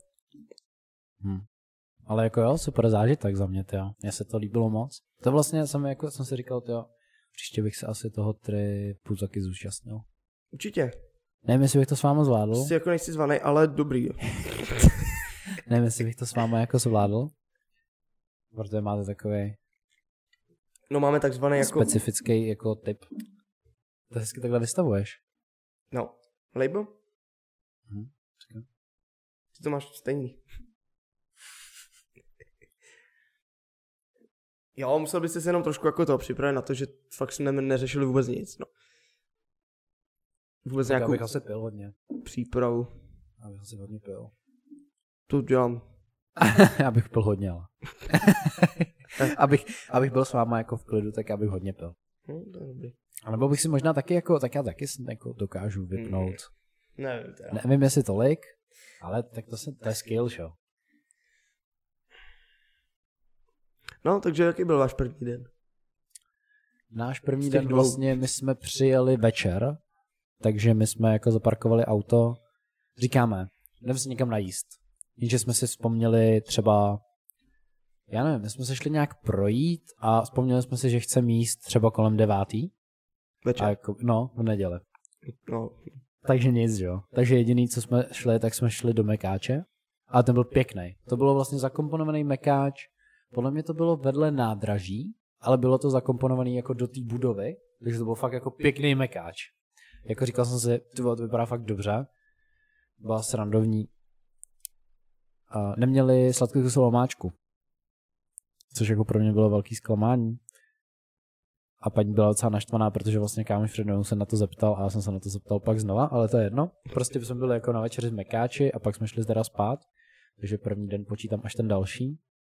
[SPEAKER 1] Ale jako jo, super zážitek za mě, jo. Mně se to líbilo moc. To vlastně jsem si říkal, jo, příště bych se asi toho tripu taky zúčastnil.
[SPEAKER 2] Určitě.
[SPEAKER 1] Nevím, jestli bych to s váma zvládl.
[SPEAKER 2] Jsi jako nejsi zvanej, ale dobrý.
[SPEAKER 1] Nevím, jestli bych to s váma jako zvládl. Protože máte takový.
[SPEAKER 2] No máme takzvaný jako
[SPEAKER 1] specifický jako typ. To hezky takhle vystavuješ.
[SPEAKER 2] No. Label? Ty to máš stejný. Jo, musel byste se jenom trošku jako to připravit na to, že fakt jsme neřešili vůbec nic, no. Vůbec tak nějakou
[SPEAKER 1] abych asi pil hodně.
[SPEAKER 2] Přípravu.
[SPEAKER 1] Abych asi hodně pil.
[SPEAKER 2] To dělám.
[SPEAKER 1] Abych pil hodně, ale. abych byl s váma jako v klidu, tak abych hodně pil.
[SPEAKER 2] To je dobrý.
[SPEAKER 1] A nebo bych si možná taky jako, tak já taky jako dokážu vypnout.
[SPEAKER 2] Nevím teda.
[SPEAKER 1] Nevím, jestli tolik, ale tak to je skill, jo.
[SPEAKER 2] No, takže jaký byl váš první den?
[SPEAKER 1] Náš první den vlastně, my jsme přijeli večer, takže my jsme jako zaparkovali auto, říkáme, jdeme si někam najíst. Jenže jsme si vzpomněli třeba, já nevím, my jsme se šli nějak projít a vzpomněli jsme si, že chceme jíst třeba kolem 9.
[SPEAKER 2] Večer?
[SPEAKER 1] Jako, no, v neděli.
[SPEAKER 2] No.
[SPEAKER 1] Takže nic, jo. Takže jediný, co jsme šli, tak jsme šli do Mekáče. A ten byl pěkný. To bylo vlastně zakomponovaný Mekáč. Podle mě to bylo vedle nádraží, ale bylo to zakomponovaný jako do té budovy. Takže to byl fakt jako pěkný Mekáč. Jako říkal jsem si, to vypadá fakt dobře. Byla srandovní. A neměli sladkokyselou omáčku. Což jako pro mě bylo velký zklamání. A paní byla docela naštvaná, protože vlastně kámoš před mnou se na to zeptal a já jsem se na to zeptal pak znova, ale to je jedno. Prostě jsme byli jako na večeři z Mekáči a pak jsme šli teda spát. Takže první den počítám až ten další.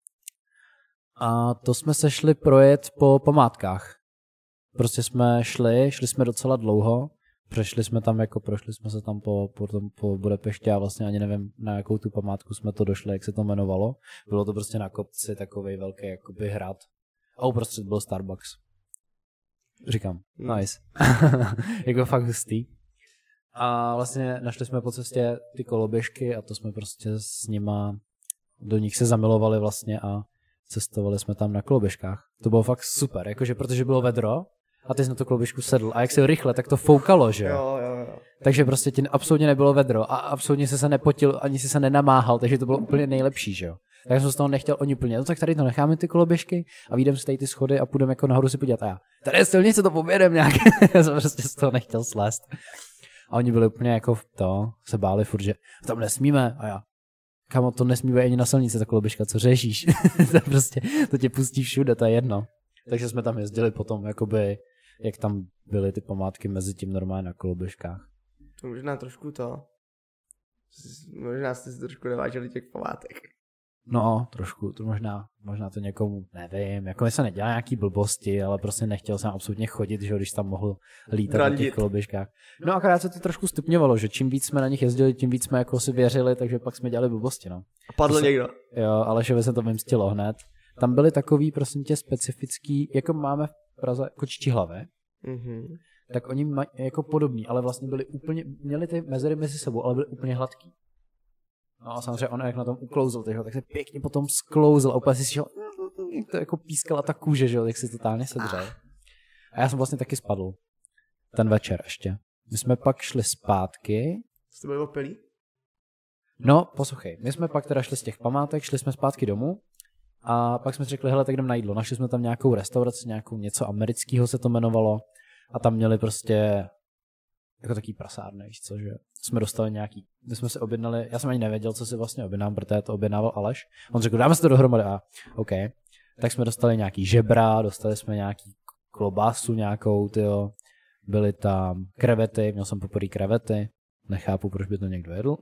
[SPEAKER 1] A to jsme se šli projet po památkách. Prostě jsme šli jsme docela dlouho. Prošli jsme se tam po Budapešti a vlastně ani nevím, na jakou tu památku jsme to došli, jak se to jmenovalo. Bylo to prostě na kopci takovej velký jakoby hrad. A uprostřed byl Starbucks. Říkám, nice. Jako fakt hustý. A vlastně našli jsme po cestě ty koloběžky a to jsme prostě s nima, do nich se zamilovali vlastně a cestovali jsme tam na koloběžkách. To bylo fakt super, jakože protože bylo vedro a ty jsi na tu koloběžku sedl a jak si rychle, tak to foukalo, že jo.
[SPEAKER 2] Jo.
[SPEAKER 1] Takže prostě ti absolutně nebylo vedro a absolutně jsi se nepotil, ani si se nenamáhal, takže to bylo úplně nejlepší, že jo. Tak jsem z toho nechtěl oni plně. No tak tady to necháme ty koloběžky a vyjdeme z ty schody a půjdeme jako nahoru si podívat. A já, tady je silnice, to pobědem nějak. Já jsem prostě z toho nechtěl slést. A oni byli úplně jako se báli furt, že tam nesmíme. A já, kamo, to nesmíme ani na silnici, ta koloběžka, co řešíš? To prostě, to tě pustí všude, to je jedno. Takže jsme tam jezdili potom, jakoby, jak tam byly ty památky mezi tím normálně na koloběžkách.
[SPEAKER 2] To možná trošku možná jste si trošku nevážili těch památek.
[SPEAKER 1] No, trošku, to možná to někomu, nevím, jako mi se nedělá nějaký blbosti, ale prostě nechtěl jsem absolutně chodit, že když tam mohl lítat na těch koloběžkách. No akorát se to trošku stupňovalo, že čím víc jsme na nich jezdili, tím víc jsme jako si věřili, takže pak jsme dělali blbosti, no.
[SPEAKER 2] A padl někdo.
[SPEAKER 1] Jo, ale že se to vymstilo hned. Tam byly takový, prosím tě, specifický, jako máme v Praze kočičí hlavy, tak oni mají jako podobný, ale vlastně byli úplně, měli ty mezery mezi sebou, ale byly úplně hladký. No a samozřejmě on jak na tom uklouzl, tak se pěkně potom sklouzl a úplně si šel, jak to jako pískala ta kůže, že jo, tak si totálně sedřel. A já jsem vlastně taky spadl. Ten večer ještě. My jsme pak šli zpátky.
[SPEAKER 2] Jste byli opilí?
[SPEAKER 1] No, poslouchej, my jsme pak teda šli z těch památek, šli jsme zpátky domů a pak jsme si řekli, hele, tak jdem na jídlo. Našli jsme tam nějakou restauraci, nějakou něco amerického se to jmenovalo a tam měli prostě jako taký prasárny, víš co, že jsme dostali nějaký, my jsme si objednali, já jsem ani nevěděl, co si vlastně objednám, protože to objednával Aleš. On řekl, dáme si to dohromady a OK. Tak jsme dostali nějaký žebra, dostali jsme nějaký klobásu nějakou, tyjo. Byly tam krevety, měl jsem poprvé krevety, nechápu, proč by to někdo jedl.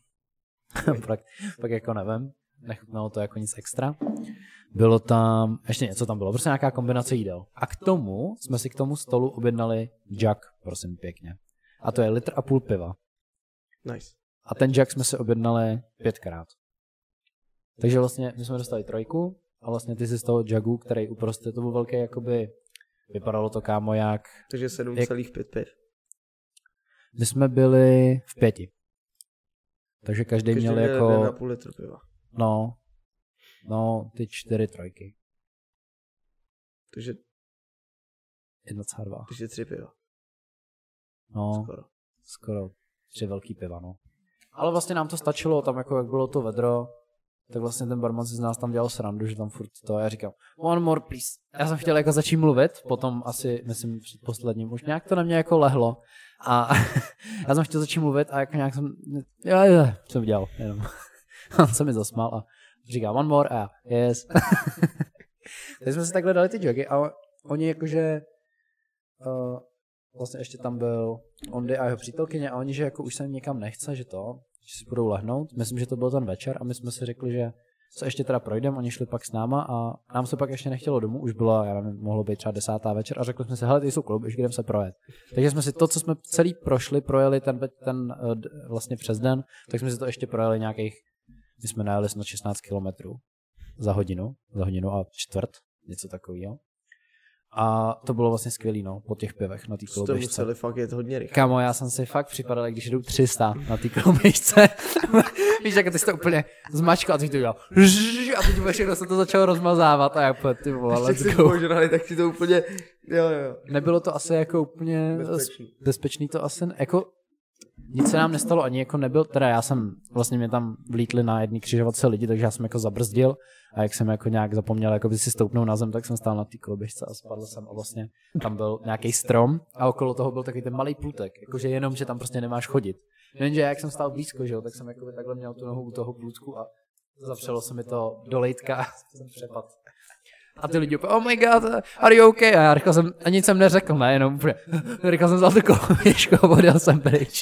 [SPEAKER 1] pak jako nevím, nechutnalo to jako nic extra. Bylo tam, ještě něco tam bylo, prostě nějaká kombinace jídel. A k tomu jsme si k tomu stolu objednali Jack, prosím pěkně. A to je 1,5 litru piva.
[SPEAKER 2] Nice.
[SPEAKER 1] A ten Jack jsme si objednali 5krát. Takže vlastně my jsme dostali 3 a vlastně ty si z toho Jacku, který uprostřed, to byl velký jakoby, vypadalo to kámo jak...
[SPEAKER 2] Takže 7,5.
[SPEAKER 1] My jsme byli v 5. Takže každý měl jako...
[SPEAKER 2] 1,5 litru piva.
[SPEAKER 1] No, ty 4 trojky.
[SPEAKER 2] Takže
[SPEAKER 1] 1,2.
[SPEAKER 2] Takže 3 piva.
[SPEAKER 1] No, skoro 3 velký piva, no. Ale vlastně nám to stačilo, tam jako jak bylo to vedro, tak vlastně ten barman si z nás tam dělal srandu, že tam furt to, a já říkám, one more please. Já jsem chtěl jako začít mluvit, potom asi, myslím, před posledním, už nějak to na mě jako lehlo a já jsem chtěl začít mluvit a jako nějak jsem dělal, jenom. On se mi zasmál a říká one more a já, yes. Takže jsme si takhle dali ty jogy a oni jakože vlastně ještě tam byl Ondy a jeho přítelkyně a oni, že jako už se jim někam nechce, že si budou lehnout. Myslím, že to byl ten večer a my jsme si řekli, že se ještě teda projdeme, oni šli pak s náma a nám se pak ještě nechtělo domů, už bylo, já nevím, mohlo být třeba 10. večer a řekli jsme si, hele, ty jsou koloběžky, jdeme se projet. Takže jsme si to, co jsme celý projeli ten vlastně přes den, tak jsme si to ještě projeli nějakých, my jsme najeli snad 16 kilometrů za hodinu a čtvrt, něco takového. A to bylo vlastně skvělý, no, po těch pivech na té koloběžce.
[SPEAKER 2] To museli fakt jet hodně rychle.
[SPEAKER 1] Kámo, já jsem si fakt připadal, jak když jdou 300 na té koloběžce. Víš, jak ty jsi to úplně zmačkal a ty to udělal. A teď všechno se to začalo rozmazávat a já ty vole, let's go.
[SPEAKER 2] Požrali, tak si to úplně, jo.
[SPEAKER 1] Nebylo to asi jako úplně bezpečný to asi, jako nic se nám nestalo, ani jako nebyl, teda já jsem, vlastně mě tam vlítli na jedný křižovatce lidi, takže já jsem jako zabrzdil a jak jsem jako nějak zapomněl jako by si stoupnout na zem, tak jsem stál na té koloběžce a spadl jsem a vlastně tam byl nějaký strom a okolo toho byl takový ten malý plutek, jakože jenom, že tam prostě nemáš chodit. Jenže jak jsem stál blízko, že jo, tak jsem jako by takhle měl tu nohu u toho plůcku a zapřelo se mi to do lejtka a jsem přepadl. A ty lidi úplně, oh my god, are you okay? A já rychle jsem, a nic jsem neřekl, ne, jenom úplně, rychle jsem vzal tu koloběžku a odjel jsem pryč.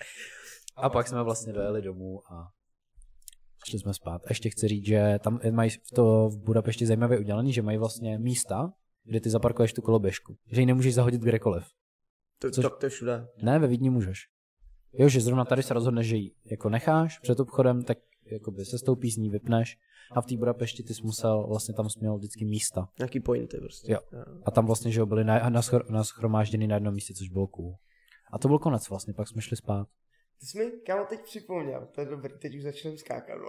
[SPEAKER 1] A pak jsme vlastně dojeli domů a šli jsme spát. A ještě chci říct, že tam mají to v Budapešti zajímavě udělané, že mají vlastně místa, kde ty zaparkuješ tu koloběžku. Že ji nemůžeš zahodit kdekoliv.
[SPEAKER 2] To je všude.
[SPEAKER 1] Ne, ve Vídni můžeš. Jo, že zrovna tady se rozhodneš, že ji jako necháš před obchodem, tak jakoby se stoupí z ní, vypneš. A v té Budapešti ty jsi musel, vlastně tam jsi měl vždycky místa.
[SPEAKER 2] Nějaký pointy prostě.
[SPEAKER 1] Jo. A tam vlastně, že byly nashromážděny na jednom místě, což bylo cool. A to byl konec vlastně, pak jsme šli spát.
[SPEAKER 2] Ty jsi mi, kámo, teď připomněl, to je dobrý, teď už začneme skákat.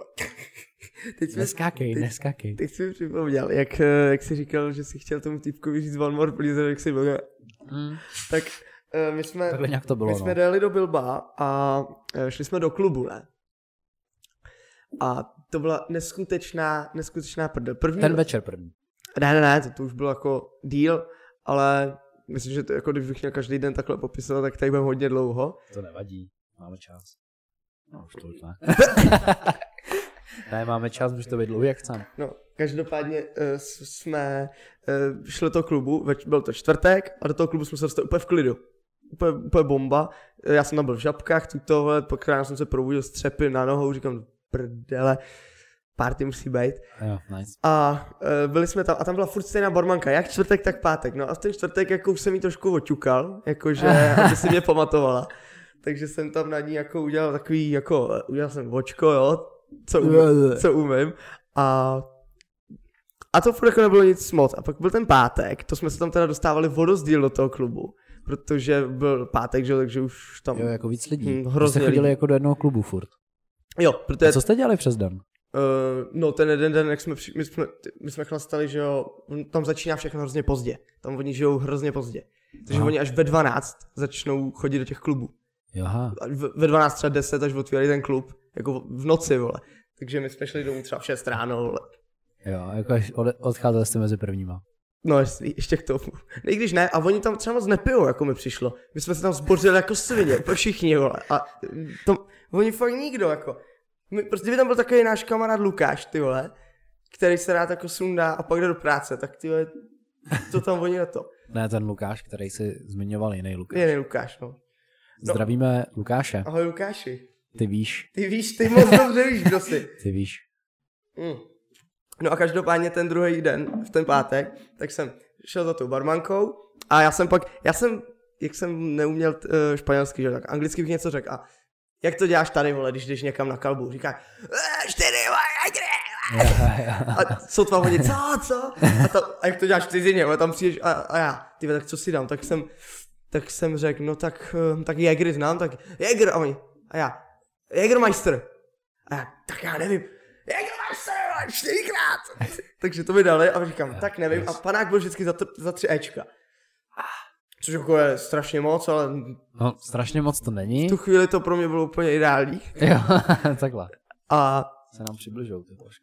[SPEAKER 1] Neskákej.
[SPEAKER 2] Teď jsi mi připomněl, jak jsi říkal, že jsi chtěl tomu týpkovi říct one more please, jak jsi byl. Tak my jsme dojeli do Bilba a šli jsme do klubu, ne? A to byla neskutečná prdel.
[SPEAKER 1] Ten večer první.
[SPEAKER 2] Ne, to už bylo jako deal, ale myslím, že to jako když bych měl každý den takhle popisovat, tak tady budeme hodně dlouho.
[SPEAKER 1] To nevadí, máme čas. No už to ne. Ne, máme čas, může to být dlouhý, jak chcem.
[SPEAKER 2] No, každopádně jsme šli do toho klubu, byl to čtvrtek a do toho klubu jsme se dostali úplně v klidu. Úplně bomba. Já jsem tam byl v žabkách, pak ráno jsem se probudil s třepy na nohou, říkám, prdele, party musí být.
[SPEAKER 1] Jo, nice.
[SPEAKER 2] A byli jsme tam a tam byla furt stejná barmanka, jak čtvrtek, tak pátek. No a v ten čtvrtek jako už jsem jí trošku oťukal, jakože, aby si mě pamatovala. Takže jsem tam na ní jako udělal takový, jako, udělal jsem vočko, jo, co umím. A to furt jako nebylo nic moc. A pak byl ten pátek, to jsme se tam teda dostávali vodozdíl do toho klubu. Protože byl pátek, že, takže už tam...
[SPEAKER 1] Jo, jako víc lidí.
[SPEAKER 2] Hrozně
[SPEAKER 1] jste chodili
[SPEAKER 2] lidí.
[SPEAKER 1] jako do jednoho klubu furt.
[SPEAKER 2] Jo, protože...
[SPEAKER 1] A co jste dělali přes den?
[SPEAKER 2] No ten jeden den, jak my jsme chlastali, že jo, tam začíná všechno hrozně pozdě. Tam oni žijou hrozně pozdě. Takže oni až ve 12 začnou chodit do těch klubů.
[SPEAKER 1] Aha.
[SPEAKER 2] Ve 12 třeba 10 až otvírají ten klub, jako v noci, vole. Takže my jsme šli domů třeba v 6 ráno, vole.
[SPEAKER 1] Jo, jako až odcházeli jste mezi prvníma.
[SPEAKER 2] No ještě k tomu. I když ne, a oni tam třeba moc nepijou, jako mi přišlo. My jsme se tam zbořili jako svině, úplně všichni, vole. A oni fakt nikdo, jako. Prostě by tam byl takový náš kamarád Lukáš, ty vole, který se rád jako sundá a pak jde do práce, tak ty vole, to tam oni na to.
[SPEAKER 1] Ne, ten Lukáš, který si zmiňoval, jiný Lukáš.
[SPEAKER 2] Jiný Lukáš, no.
[SPEAKER 1] Zdravíme Lukáše.
[SPEAKER 2] Ahoj Lukáši.
[SPEAKER 1] Ty víš,
[SPEAKER 2] ty moc dobře víš, kdo jsi.
[SPEAKER 1] Ty víš.
[SPEAKER 2] No a každopádně ten druhý den, v ten pátek, tak jsem šel za tou barmankou a jak jsem neuměl španělsky, že, tak anglicky bych něco řekl a jak to děláš tady, vole, když jdeš někam na kalbu, říká 4, a sotva oni, co? A jak to děláš v cizině, vole, tam přijdeš a já, tyve, tak co si dám, tak jsem řekl, no tak Jägery znám, tak Jäger, a oni, a já, Jägermeister, a já, tak já nevím, Jägermeister, 4krát, takže to mi dali a říkám, tak nevím, a panák byl vždycky za 3 Ečka. Což jako je strašně moc, ale...
[SPEAKER 1] No, strašně moc to není.
[SPEAKER 2] V tu chvíli to pro mě bylo úplně ideální.
[SPEAKER 1] Jo, takhle.
[SPEAKER 2] A...
[SPEAKER 1] Se nám přibližou ty trošku.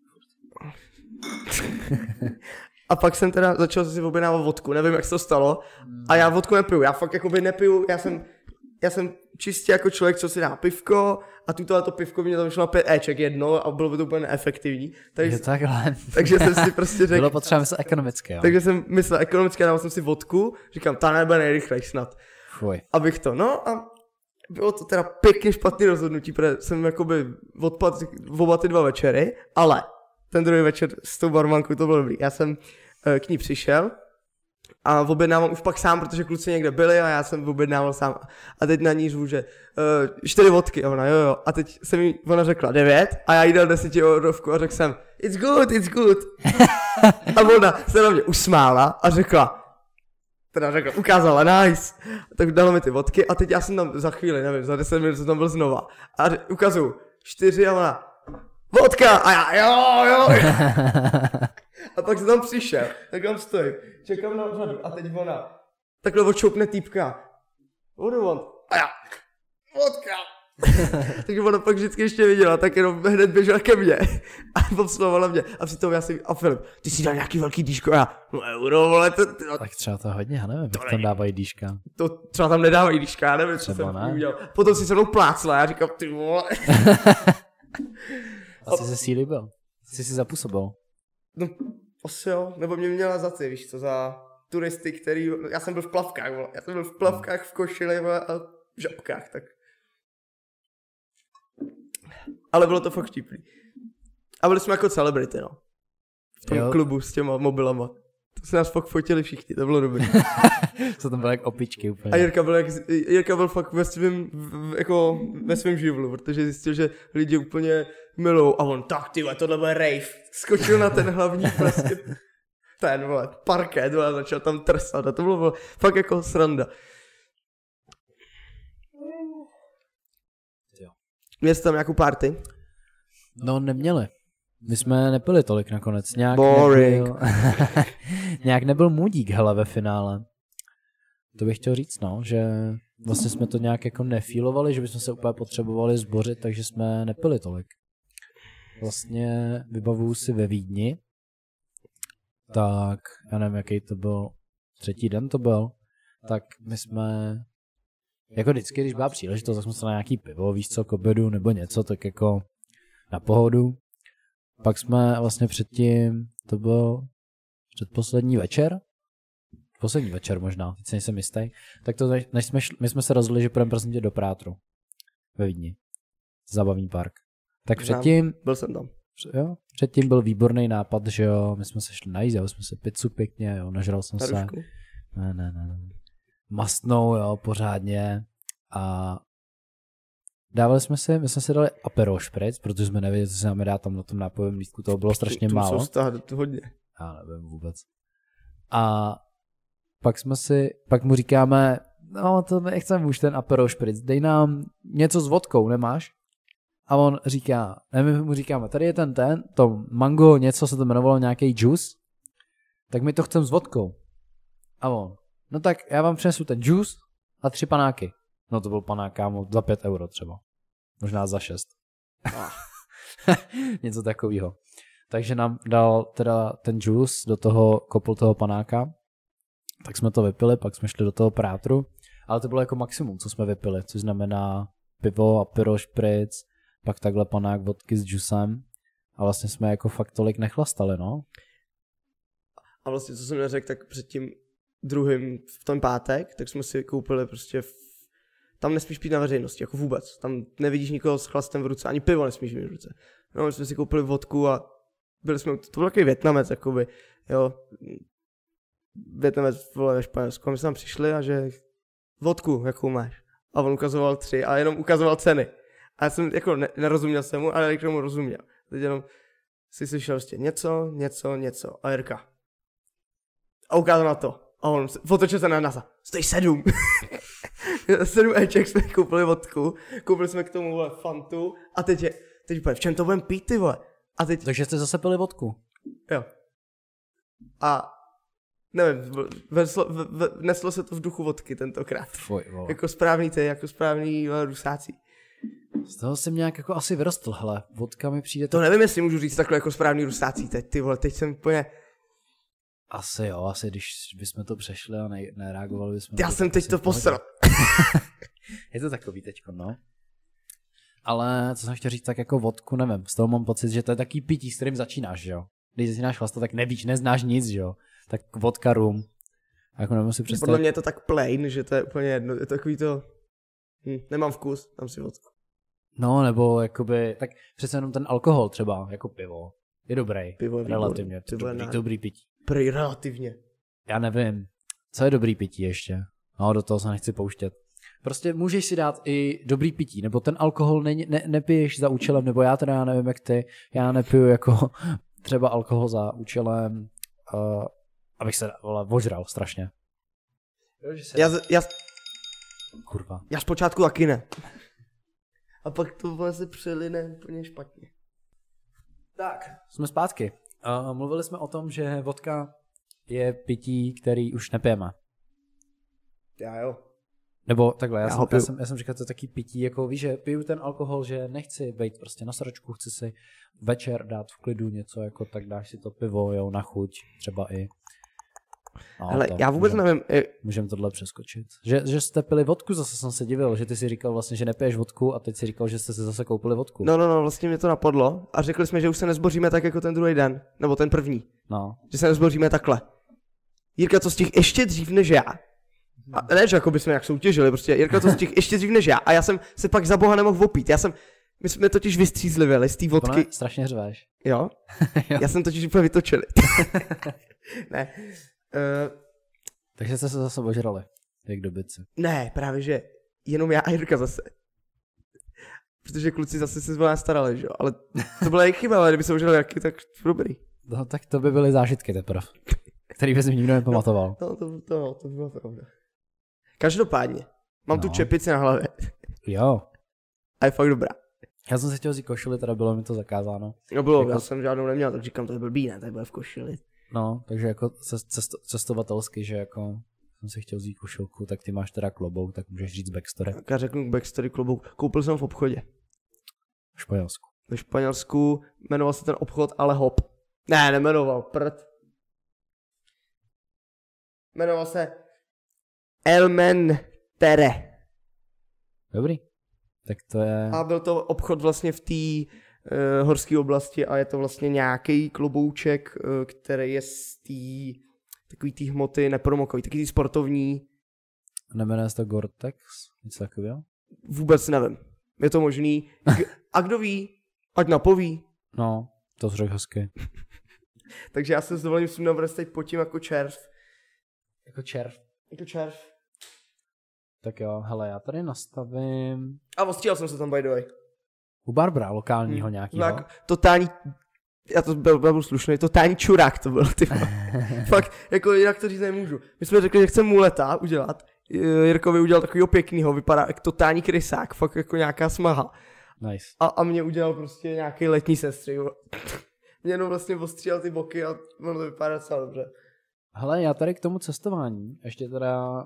[SPEAKER 2] A pak jsem teda začal si objednávat vodku, nevím, jak se to stalo. A já vodku nepiju, já fakt jakoby nepiju, já jsem čistě jako člověk, co si dá pivko a to pivko mě tam šlo na 5 Eček jedno a bylo by to úplně neefektivní. Takže jsem si prostě řekl...
[SPEAKER 1] Bylo potřeba myslet ekonomicky, jo.
[SPEAKER 2] Takže jsem myslel ekonomicky a dal jsem si vodku, říkám, ta nebude nejrychlej snad.
[SPEAKER 1] Fuj.
[SPEAKER 2] Abych to, no a bylo to teda pěkně špatný rozhodnutí, protože jsem jakoby odpadl oba ty 2 večery, ale ten druhý večer s tou barmankou to bylo dobrý. Já jsem k ní přišel a objednával už pak sám, protože kluci někde byli a já jsem objednával sám. A teď na ní řvu, že 4 vodky a ona jo. A teď ona řekla 9 a já jí dal 10 eurovku a řekl jsem it's good. A ona se na mě usmála a ukázala nice. Tak dala mi ty vodky a teď já jsem tam za chvíli, nevím, za 10 minut jsem tam byl znova. A ukazuju 4 a ona vodka a já jo. A pak jsem tam přišel, tak tam stojím, čekám na řadu a teď ona takhle odšoupne týpka. What do you want? A já, vodka. Takže ona pak vždycky ještě viděla, tak jenom hned běžela ke mně a poslovala mě. A přitom a Filip, ty si dal nějaký velký dýško a já, no euro, vole,
[SPEAKER 1] Tak třeba to hodně, já nevím, jak tam dávají dýška.
[SPEAKER 2] To třeba tam nedávají dýška, já nevím, co jsem udělal. Potom si se mnou plácla, já říkám, ty vole.
[SPEAKER 1] Asi se síly byl, jsi si zapůsobil.
[SPEAKER 2] No, asi jo, nebo mě měla za ty, víš co, za turisty, který, já jsem byl v plavkách, vole. Já jsem byl v plavkách, v košili, vole, a v žabkách, tak. Ale bylo to fakt vtipný. A byli jsme jako celebrity, no. V tom klubu s těma mobilama. To se nás fakt fotili všichni, to bylo dobrý.
[SPEAKER 1] Co tam bylo jak opičky úplně.
[SPEAKER 2] A Jirka byl fakt ve svém živlu, protože zjistil, že lidi úplně milou a on, tak tyhle, tohle bude rave. Skočil na ten hlavní prostě parket, a začal tam trsat a to bylo fakt jako sranda. Měli jste tam nějakou party?
[SPEAKER 1] No neměli. My jsme nepili tolik nakonec.
[SPEAKER 2] Boring.
[SPEAKER 1] Nějak nebyl můdík, hele, ve finále. To bych chtěl říct, no, že vlastně jsme to nějak jako nefílovali, že bychom se úplně potřebovali zbořit, takže jsme nepili tolik. Vlastně vybavuju si ve Vídni, tak já nevím, jaký to byl, 3. den to byl, tak my jsme, jako vždycky, když byla příležitost, tak jsme se na nějaký pivo, víš co, k obědu nebo něco, tak jako na pohodu. Pak jsme vlastně předtím, to byl předposlední večer, poslední večer možná, teď se nejsem jistý, tak to, my jsme se rozhodli, že půjdeme prostě do Prátru ve Vídni, zábavní park. Tak předtím,
[SPEAKER 2] byl jsem tam.
[SPEAKER 1] Jo, předtím byl výborný nápad, že jo, my jsme se šli najíst, jeli jsme se pizzu pěkně, jo, nažral jsem se. Ne. Mastnou, jo, pořádně. A dávali jsme si dali Aperol Spritz, protože jsme nevěděli, co se máme dát tam na tom nápojovém lístku, toho bylo strašně málo.
[SPEAKER 2] To hodně.
[SPEAKER 1] Já nevím vůbec. A pak mu říkáme, no to nechceme už ten Aperol Spritz, dej nám něco s vodkou, nemáš? A on říká, my mu říkáme, tady je to mango, něco se to jmenovalo, nějaký juice, tak my to chceme s vodkou. A on, no tak já vám přinesu ten juice a 3 panáky. No to byl panák, kámo, za 5 euro třeba. Možná za 6. Něco takového. Takže nám dal teda ten juice do toho, kopl toho panáka, tak jsme to vypili, pak jsme šli do toho Prátru, ale to bylo jako maximum, co jsme vypili, což znamená pivo, Aperol Spritz, pak takhle panák vodky s džusem a vlastně jsme jako fakt tolik nechlastali, no.
[SPEAKER 2] A vlastně, co jsem neřekl, tak před tím druhým, v tom pátek, tak jsme si koupili prostě, tam nesmíš pít na veřejnosti, jako vůbec. Tam nevidíš nikoho s chlastem v ruce, ani pivo nesmíš mít v ruce. No, my jsme si koupili vodku a byli jsme, to byl takový Vietnamec, jakoby, jo. Vietnamec, vole, ve Španělsku. A my jsme tam přišli a že vodku, jakou máš. A on ukazoval 3 a jenom ukazoval ceny. A já jsem jako nerozuměl jsem mu, ale k tomu rozuměl. Teď jenom si slyšel prostě něco a Jirka. A ukázal na to. A on otočil se na NASA. Stojí 7. 7 eček jsme koupili vodku, koupili jsme k tomu, vole, Fantu a teď v čem to budeme pít, ty vole? A teď...
[SPEAKER 1] Takže jste zase pili vodku.
[SPEAKER 2] Jo. A nevím, neslo se to v duchu vodky tentokrát. Jako správný rusáci.
[SPEAKER 1] Z toho jsem nějak jako asi vyrostl, hele, vodka mi přijde...
[SPEAKER 2] To nevím, jestli můžu říct takhle jako správný rusáci teď, ty vole, teď jsem úplně...
[SPEAKER 1] Asi když bychom to přešli a nereagovali bychom...
[SPEAKER 2] Já jsem teď to posral.
[SPEAKER 1] Je to takový teďko, no. Ale co jsem chtěl říct, tak jako vodku, nevím, z toho mám pocit, že to je taký pití, s kterým začínáš, jo. Když začínáš chlastat, tak nevíš, neznáš nic, jo. Tak vodka, rum. Jako nevím si představit...
[SPEAKER 2] Podle mě je to tak plain, že to je úplně jedno, je to takový to... nemám vkus, dám si vodku.
[SPEAKER 1] No, nebo jakoby, tak přece jenom ten alkohol třeba, jako pivo, je dobrý.
[SPEAKER 2] Pivo je
[SPEAKER 1] relativně, dobrý pití.
[SPEAKER 2] Relativně.
[SPEAKER 1] Já nevím, co je dobrý pití ještě. No, do toho se nechci pouštět. Prostě můžeš si dát i dobrý pití, nebo ten alkohol nepiješ za účelem, nebo já teda nevím jak ty, já nepiju jako třeba alkohol za účelem, abych se ožral strašně. Kurva.
[SPEAKER 2] Já zpočátku taky ne. A pak to vlastně přeline úplně špatně.
[SPEAKER 1] Tak, jsme zpátky. Mluvili jsme o tom, že vodka je pití, který už nepijeme.
[SPEAKER 2] Já jo.
[SPEAKER 1] Nebo takhle, já jsem říkal, to je taky pití, jako víš, že piju ten alkohol, že nechci být prostě na sračku, chci si večer dát v klidu něco, jako tak dáš si to pivo, jo, na chuť, třeba i. No,
[SPEAKER 2] hele, já vůbec nevím.
[SPEAKER 1] Můžeme tohle přeskočit. Že jste pili vodku, zase jsem se divil, že ty si říkal vlastně, že nepiješ vodku a teď si říkal, že jste si zase koupili vodku.
[SPEAKER 2] No, vlastně mě to napadlo a řekli jsme, že už se nezboříme tak jako ten druhý den, nebo ten první.
[SPEAKER 1] No.
[SPEAKER 2] Že se nezboříme takhle. Jirka to stihl ještě dřív než já. A ne, že jako bychom nějak soutěžili, prostě Jirka to stihl ještě dřív než já a já jsem se pak za boha nemohl opít. My jsme totiž vystřízlivili z té vodky.
[SPEAKER 1] Strašně řveš.
[SPEAKER 2] Jo? Já jsem totiž úplně vytočili. Ne.
[SPEAKER 1] Takže jste se zase ožrali, jak dobytci.
[SPEAKER 2] Ne, právě že jenom já a Jirka zase. Protože kluci zase se zvolá starali, že jo, ale to byla jejich chyba, ale kdyby se ožrali Jirky, tak dobrý.
[SPEAKER 1] No tak to by byly zážitky teprve, který by si nikdo nepamatoval.
[SPEAKER 2] No, to bylo pravda. Každopádně, mám tu čepici na hlavě.
[SPEAKER 1] Jo.
[SPEAKER 2] A je fakt dobrá.
[SPEAKER 1] Já jsem si chtěl vzít košili, teda bylo mi to zakázáno.
[SPEAKER 2] No bylo,
[SPEAKER 1] jako...
[SPEAKER 2] já jsem žádnou neměl, tak říkám, to je blbý, ne, tady bude v košili.
[SPEAKER 1] No, takže jako cestovatelsky, že jako jsem si chtěl vzít košilku, tak ty máš teda klobouk, tak můžeš říct backstory.
[SPEAKER 2] Tak já řeknu backstory klobouk. Koupil jsem v obchodě.
[SPEAKER 1] V Španělsku.
[SPEAKER 2] Ve Španělsku jmenoval se ten obchod Ale Hop. Ne, nemenoval, prd. Jmenoval se Elmentere.
[SPEAKER 1] Dobrý. Tak to je...
[SPEAKER 2] A byl to obchod vlastně v té horské oblasti a je to vlastně nějaký klobouček, který je z té takový té hmoty nepromokový, takový tý sportovní.
[SPEAKER 1] Nemenuje se to Gore-Tex? Něco takového?
[SPEAKER 2] Vůbec nevím. Je to možný. A kdo ví, ať napoví.
[SPEAKER 1] No, to řekl hezky.
[SPEAKER 2] Takže já se s dovolením sundat teď potím jako červ.
[SPEAKER 1] Jako červ.
[SPEAKER 2] Jako červ.
[SPEAKER 1] Tak jo, hele, já tady nastavím...
[SPEAKER 2] A ostříhal jsem se tam, by the way.
[SPEAKER 1] U Barbara, lokálního nějakýho.
[SPEAKER 2] Tak, totální, já to byl slušný, totální čurák to byl, ty fakt, jako jinak to říct nemůžu. My jsme řekli, že chceme muleta udělat. Jirkovi udělal takovýho pěknýho, vypadá jako totální krysák, fakt jako nějaká smaha.
[SPEAKER 1] Nice.
[SPEAKER 2] A mě udělal prostě nějaký letní sestry. Mě jenom vlastně ostříhal ty boky a ono to vypadá docela dobře.
[SPEAKER 1] Hele, já tady k tomu cestování, ještě teda...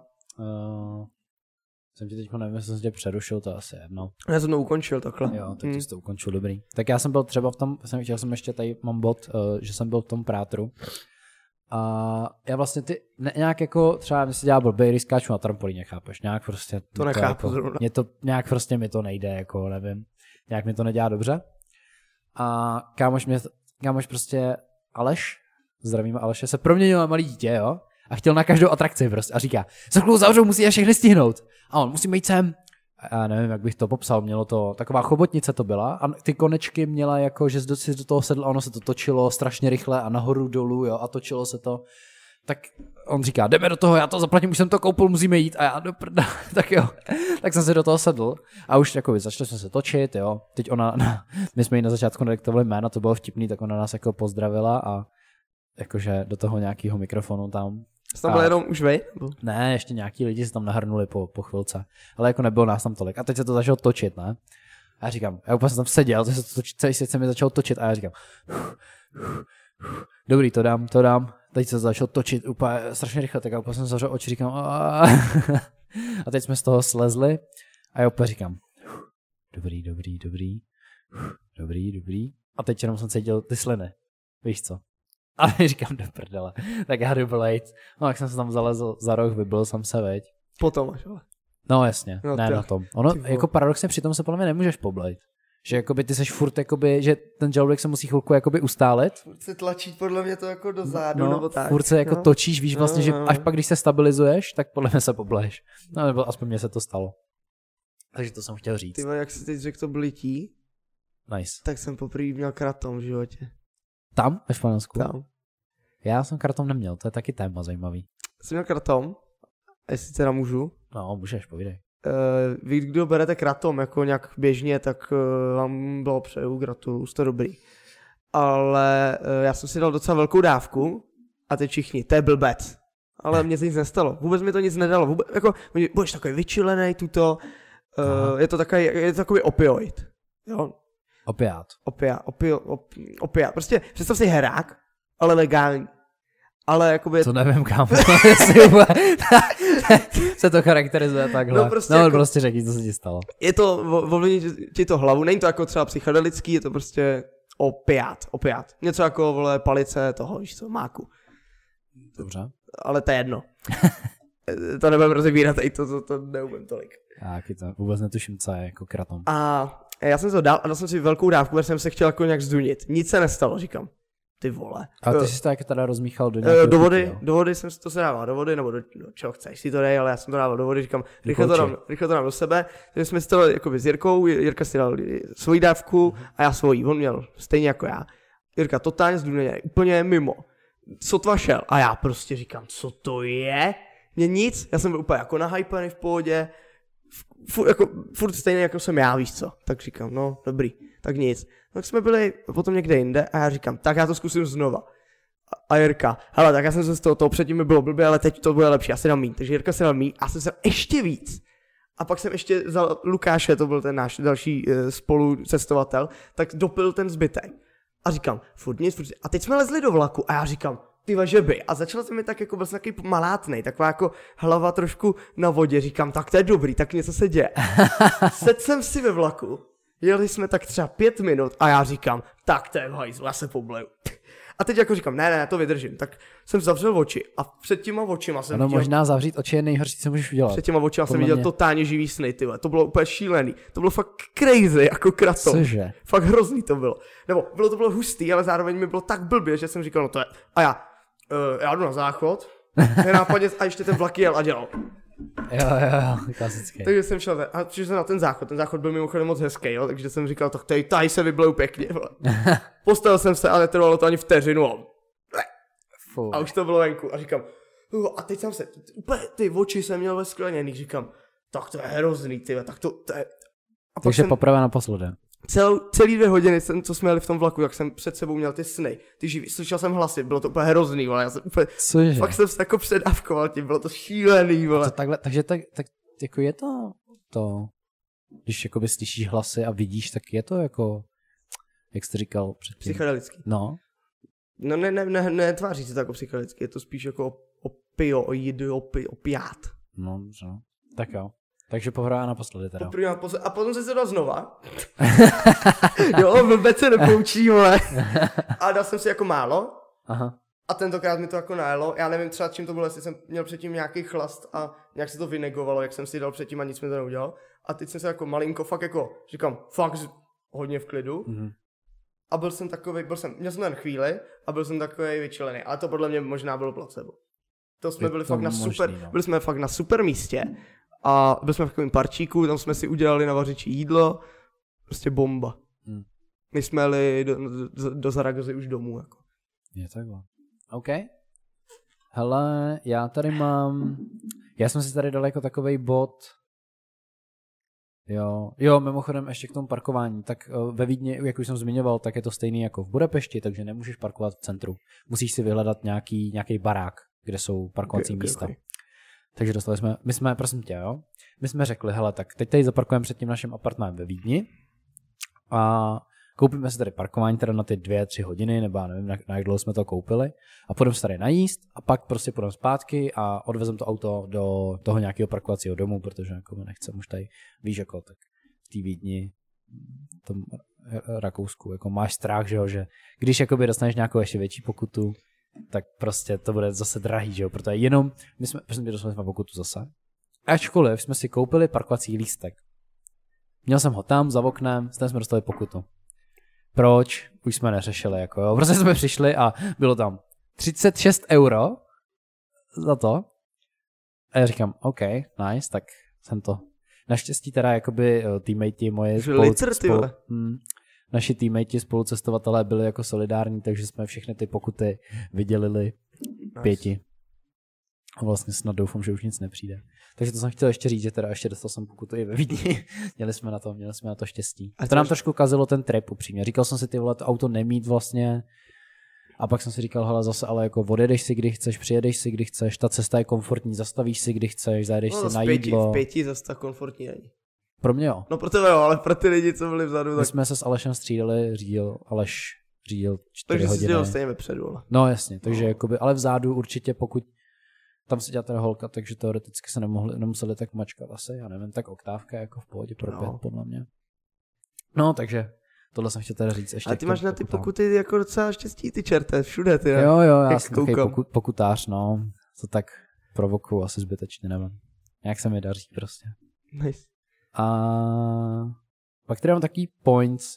[SPEAKER 1] Jsem ti teďko nevím, jestli jsem tě přerušil, to asi jedno.
[SPEAKER 2] Já jsem to ukončil takhle.
[SPEAKER 1] Jo, tak ty jsi to ukončil, dobrý. Tak já jsem byl třeba v tom, chtěl jsem ještě tady, mám bod, že jsem byl v tom Prátru. A já vlastně nějak jako, třeba mi se dělá blbý, když skáču na trampolíně, chápeš, nějak prostě.
[SPEAKER 2] To nechápu
[SPEAKER 1] jako, nějak prostě mi to nejde, jako nevím, nějak mi to nedělá dobře. A kámoš prostě Aleš, zdravíme Aleše, se proměnil na malý dítě, jo. A chtěl na každou atrakci prostě a říká, za chvíli zavřou, musí je všechny stihnout. A on, musíme jít sem. A já nevím, jak bych to popsal, mělo to, taková chobotnice to byla a ty konečky měla jako, že si do toho sedl a ono se to točilo strašně rychle a nahoru dolů, jo, a točilo se to. Tak on říká, jdeme do toho, já to zaplatím, už jsem to koupil, musíme jít a já do prda, tak jo. Tak jsem se do toho sedl a už jako začali jsme se točit, jo. Teď my jsme jí na začátku nediktovali jména, to bylo vtipný, tak ona nás jako pozdravila a jakože do toho nějakého mikrofonu tam.
[SPEAKER 2] Jsi tam byl jenom už vy?
[SPEAKER 1] Ne, ještě nějaký lidi se tam nahrnuli po chvilce. Ale jako nebylo nás tam tolik. A teď se to začalo točit, ne? A já říkám, já úplně jsem tam seděl, teď se to točit, celý svět se mi začal točit a já říkám, dobrý, to dám. Teď se to začalo točit úplně strašně rychle, tak já úplně jsem zavřel oči, říkám, a teď jsme z toho slezli a já úplně říkám, dobrý. A teď jenom jsem cítil ty sliny, víš co? A říkám, do prdele, tak já jdu blejt. No, jak jsem se tam zalezl za roh, vybil jsem se, veď.
[SPEAKER 2] Potom až, ale.
[SPEAKER 1] No jasně,
[SPEAKER 2] no,
[SPEAKER 1] ne na tom. Ono, jako paradoxně přitom se podle mě nemůžeš poblejt. Že jakoby ty seš furt, jakoby, že ten žaludek se musí chvilku jakoby ustálit.
[SPEAKER 2] Furt se tlačí podle mě to jako do zádu, nebo tak.
[SPEAKER 1] Furt se jako točíš, víš vlastně, že až pak, když se stabilizuješ, tak podle mě se pobleješ. No, nebo aspoň mně se to stalo. Takže to jsem chtěl říct.
[SPEAKER 2] Ty jak jsi teď řekl to blití,
[SPEAKER 1] nice.
[SPEAKER 2] Tak jsem poprvé měl kratom v životě.
[SPEAKER 1] Tam? Ve Španělsku?
[SPEAKER 2] Tam.
[SPEAKER 1] Já jsem kratom neměl, to je taky téma zajímavý.
[SPEAKER 2] Jsem měl kratom, jestli teda můžu.
[SPEAKER 1] No, můžeš, povídej.
[SPEAKER 2] Vy, kdo berete kratom jako nějak běžně, tak vám bylo přeju, gratuluju, jste dobrý. Ale já jsem si dal docela velkou dávku a teď všichni, to je blbec. Ale mně se nic nestalo, vůbec mi to nic nedalo. Vůbec, jako, budeš takový vyčilenej tuto, je to takový opioid. Jo?
[SPEAKER 1] Opiát.
[SPEAKER 2] Opiát. Prostě představ si herák, ale legální. Ale jakoby...
[SPEAKER 1] To nevím, kam. se to charakterizuje takhle. Prostě řekni, co se ti stalo.
[SPEAKER 2] Je to, ovlivní ti to hlavu, není to jako třeba psychedelický, je to prostě opiát. Něco jako, vole, palice toho, víš co, máku.
[SPEAKER 1] Dobře.
[SPEAKER 2] Ale to je jedno. To nebudem rozebírat, to neumím tolik.
[SPEAKER 1] Taky to vůbec netuším, co je jako kratom.
[SPEAKER 2] A já jsem to dal a dal jsem si velkou dávku, protože jsem se chtěl jako nějak zdunit. Nic se nestalo, říkám. Ty vole.
[SPEAKER 1] A ty jsi to jak teda rozmíchal do nějakého
[SPEAKER 2] do vody jsem to se dával do vody, nebo do čeho chceš si to dej, ale já jsem to dával do vody, říkám, rychle to dám do sebe. Takže jsme si to dali jakoby s Jirkou, Jirka si dal svoji dávku a já svoji, on měl stejně jako já. Jirka totálně zdůvodněný, úplně mimo. Sotva šel a já prostě říkám, co to je? Mě nic, já jsem byl úplně jako nahypený v pohodě, furt stejně jako jsem já, víš co. Tak říkám, no dobrý, tak nic. Tak jsme byli potom někde jinde a já říkám, tak já to zkusím znova. A Jirka, hele, tak já jsem se z toho předtím mi bylo blbě, ale teď to bude lepší, já si dám míň. Takže Jirka si dal míň a jsem se ještě víc. A pak jsem ještě za Lukáše, to byl ten náš další spolucestovatel, tak dopil ten zbytek. A říkám, furt nic. A teď jsme lezli do vlaku a já říkám, tyva, že by. A začal jsem mi tak jako, byl jsem takový malátnej, taková jako hlava trošku na vodě. Říkám, tak to je dobrý, tak něco se děje. Sedl jsem si ve vlaku, jeli jsme tak třeba 5 minut a já říkám, tak to je v hajzlu, já se pobleju. A teď jako říkám, ne, to vydržím. Tak jsem zavřel oči a před těma očima jsem
[SPEAKER 1] viděl... možná zavřít oči je nejhorší, co můžeš udělat.
[SPEAKER 2] Před těma očima jsem viděl totálně živý sny, tyhle. To bylo úplně šílený. To bylo fakt crazy, jako kratom.
[SPEAKER 1] Cože?
[SPEAKER 2] Fakt hrozný to bylo. Nebo to bylo hustý, ale zároveň mi bylo tak blbě, že jsem říkal, no to je... A já jdu na záchod, nenápadně, a ještě ten vlak jel a dělal.
[SPEAKER 1] Jo, klasicky.
[SPEAKER 2] Takže jsem šel a přišel jsem na ten záchod byl mimochodem moc hezký, jo, takže jsem říkal, tak tady se vybleju pěkně. Postavil jsem se a netrvalo to ani vteřinu. A už to bylo venku a říkám, a teď jsem se, úplně ty oči jsem měl skleněný, říkám, tak to je hrozný, tyhle, tak to je...
[SPEAKER 1] Takže poprvé naposledy.
[SPEAKER 2] Celý 2 hodiny, co jsme jeli v tom vlaku, jak jsem před sebou měl ty sny, ty živý, slyšel jsem hlasy, bylo to úplně hrozný, vole, já jsem úplně, fakt jsem se jako předávkoval tím, bylo to šílený, vole.
[SPEAKER 1] To takhle, takže tak jako je to, když jakoby slyšíš hlasy a vidíš, tak je to jako, jak jsi říkal předtím.
[SPEAKER 2] Psychedelický.
[SPEAKER 1] No.
[SPEAKER 2] No netváří se to jako psychedelický, je to spíš jako opiát.
[SPEAKER 1] No, dobře. Tak jo. Takže poprvé naposledy teda.
[SPEAKER 2] A potom se dal znova. Jo, vůbec se nepoučí, vole. A dal jsem si jako málo.
[SPEAKER 1] Aha.
[SPEAKER 2] A tentokrát mi to jako najelo. Já nevím třeba čím to bylo, jestli jsem měl předtím nějaký chlast a nějak se to vynegovalo, jak jsem si dal předtím a nic mi to neudělal. A teď jsem se jako malinko fakt jako, říkám, fakt hodně v klidu.
[SPEAKER 1] Mm-hmm.
[SPEAKER 2] A měl jsem ten chvíli a byl jsem takový vyčilený. Ale to podle mě možná bylo placebo. To jsme byli fakt byli jsme fakt na super místě. A byli jsme v takovém parčíku, tam jsme si udělali na vařičí jídlo. Prostě bomba. My jsme jeli do Zaragozy už domů. Jako.
[SPEAKER 1] Je takhle. OK. Hele, já jsem si tady dal jako takovej bod. Jo, mimochodem ještě k tomu parkování. Tak ve Vídni, jak už jsem zmiňoval, tak je to stejný jako v Budapešti, takže nemůžeš parkovat v centru. Musíš si vyhledat nějaký barák, kde jsou parkovací místa. Okay. Takže my jsme řekli, hele, tak teď tady zaparkujeme před tím naším apartmánem ve Vídni a koupíme si tady parkování teda na ty 2-3 hodiny, nebo já nevím, na jak dlouho jsme to koupili a půjdeme se tady najíst a pak prostě půjdeme zpátky a odvezeme to auto do toho nějakého parkovacího domu, protože jako nechcem už tady, víš, jako tak v té Vídni, v tom Rakousku, jako máš strach, že když jakoby dostaneš nějakou ještě větší pokutu, tak prostě to bude zase drahý, že jo, protože jenom my jsme dostali pokutu zase. Ačkoliv jsme si koupili parkovací lístek. Měl jsem ho tam za oknem, z jsme dostali pokutu. Proč? Už jsme neřešili, jako jo. Prostě jsme přišli a bylo tam 36 € za to. A já říkám, OK, nice, tak jsem to. Naštěstí teda jakoby teammate moje naši teammate spolucestovatelé byli jako solidární, takže jsme všechny ty pokuty vydělili 5. A vlastně snad doufám, že už nic nepřijde. Takže to jsem chtěl ještě říct, že teda ještě dostal jsem pokutu i ve Vídni. měli jsme na to štěstí. A to nám trošku kazilo ten trip upřímně. Říkal jsem si, ty vole, to auto nemít vlastně. A pak jsem si říkal, hele, zase ale jako odjedeš si, kdy chceš, přijedeš si, kdy chceš, ta cesta je komfortní, zastavíš si, kdy chceš, zajedeš si na jídlo.
[SPEAKER 2] V 5 zase tak komfortní není.
[SPEAKER 1] Pro mě jo.
[SPEAKER 2] No pro tebe jo, ale pro ty lidi, co byli vzadu.
[SPEAKER 1] My jsme se s Alešem střídali, Aleš řídil 4 hodiny.
[SPEAKER 2] Takže jsi dělal stejně vepředu, ale.
[SPEAKER 1] No jasně, takže jakoby, ale vzadu určitě pokud tam seděla teda holka, takže teoreticky se nemuseli tak mačkat asi, já nevím, tak oktávka jako v pohodě pro 5 podle mě. No, takže tohle jsem chtěl teda říct ještě.
[SPEAKER 2] A ty máš na ty pokuty jako docela štěstí, ty čerte, všude ty.
[SPEAKER 1] Jo, já jsem takový pokutář, no. To tak provokuju asi zbytečně, nevím. Nějak se mi daří prostě.
[SPEAKER 2] Nice.
[SPEAKER 1] A pak tady mám takový points,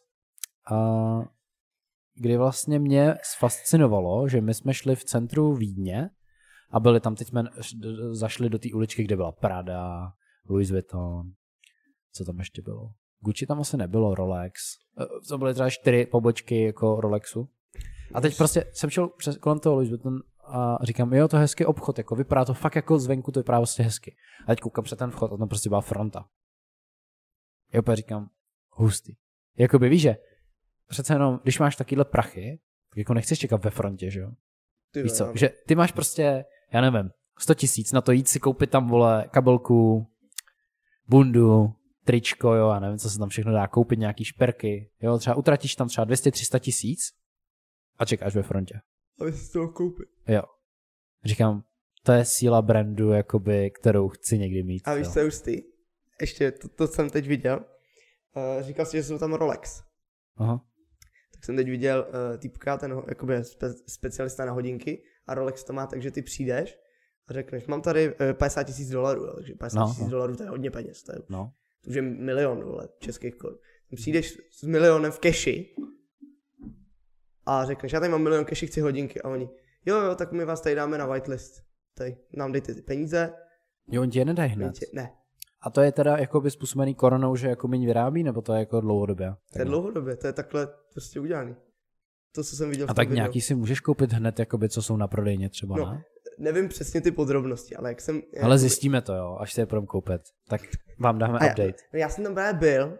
[SPEAKER 1] kdy vlastně mě fascinovalo, že my jsme šli v centru Vídně a byli tam, teď jsme zašli do té uličky, kde byla Prada, Louis Vuitton, co tam ještě bylo? Gucci tam asi nebylo, Rolex. To byly třeba 4 pobočky jako Rolexu. A teď prostě jsem šel kolem toho Louis Vuitton a říkám, jo, to je hezký obchod, jako vypadá to fakt jako zvenku, to vypadá prostě hezky. A teď koukám před ten vchod a tam prostě byla fronta. Já opět říkám, hustý. Jakoby víš, že přece jenom, když máš takovýhle prachy, tak jako nechceš čekat ve frontě, že jo? Víš co, že ty máš prostě, já nevím, 100 000 na to jít si koupit tam, vole, kabelku, bundu, tričko, jo, a nevím, co se tam všechno dá koupit, nějaký šperky, jo, třeba utratíš tam třeba 200-300 tisíc a čekáš ve frontě.
[SPEAKER 2] Aby si toho koupit.
[SPEAKER 1] Jo. Říkám, to je síla brandu, jakoby, kterou chci někdy mít.
[SPEAKER 2] A víš, co je už ty? Ještě to jsem teď viděl. Říkal jsi, že jsou tam Rolex.
[SPEAKER 1] Aha.
[SPEAKER 2] Tak jsem teď viděl týpka, ten jakoby specialista na hodinky a Rolex to má, takže ty přijdeš a řekneš, mám tady $50,000, takže $50,000 to je hodně peněz, to už je milion, vole, českých korun. Přijdeš s milionem v keši a řekneš, já tady mám milion keši, chci hodinky a oni, jo, tak my vás tady dáme na whitelist, tady nám dejte ty peníze.
[SPEAKER 1] Jo, oni ti je nedají hned.
[SPEAKER 2] Ne.
[SPEAKER 1] A to je teda jakoby způsobený koronou, že jako méně vyrábí, nebo to je jako dlouhodobě?
[SPEAKER 2] To je dlouhodobě, to je takhle prostě udělaný. To, co jsem viděl.
[SPEAKER 1] A tak nějaký si můžeš koupit hned, jakoby, co jsou na prodejně třeba,
[SPEAKER 2] no,
[SPEAKER 1] ne?
[SPEAKER 2] Nevím přesně ty podrobnosti, ale jak jsem...
[SPEAKER 1] Ale zjistíme to, jo, až se je budeme koupit. Tak vám dáme update.
[SPEAKER 2] Já jsem tam právě byl.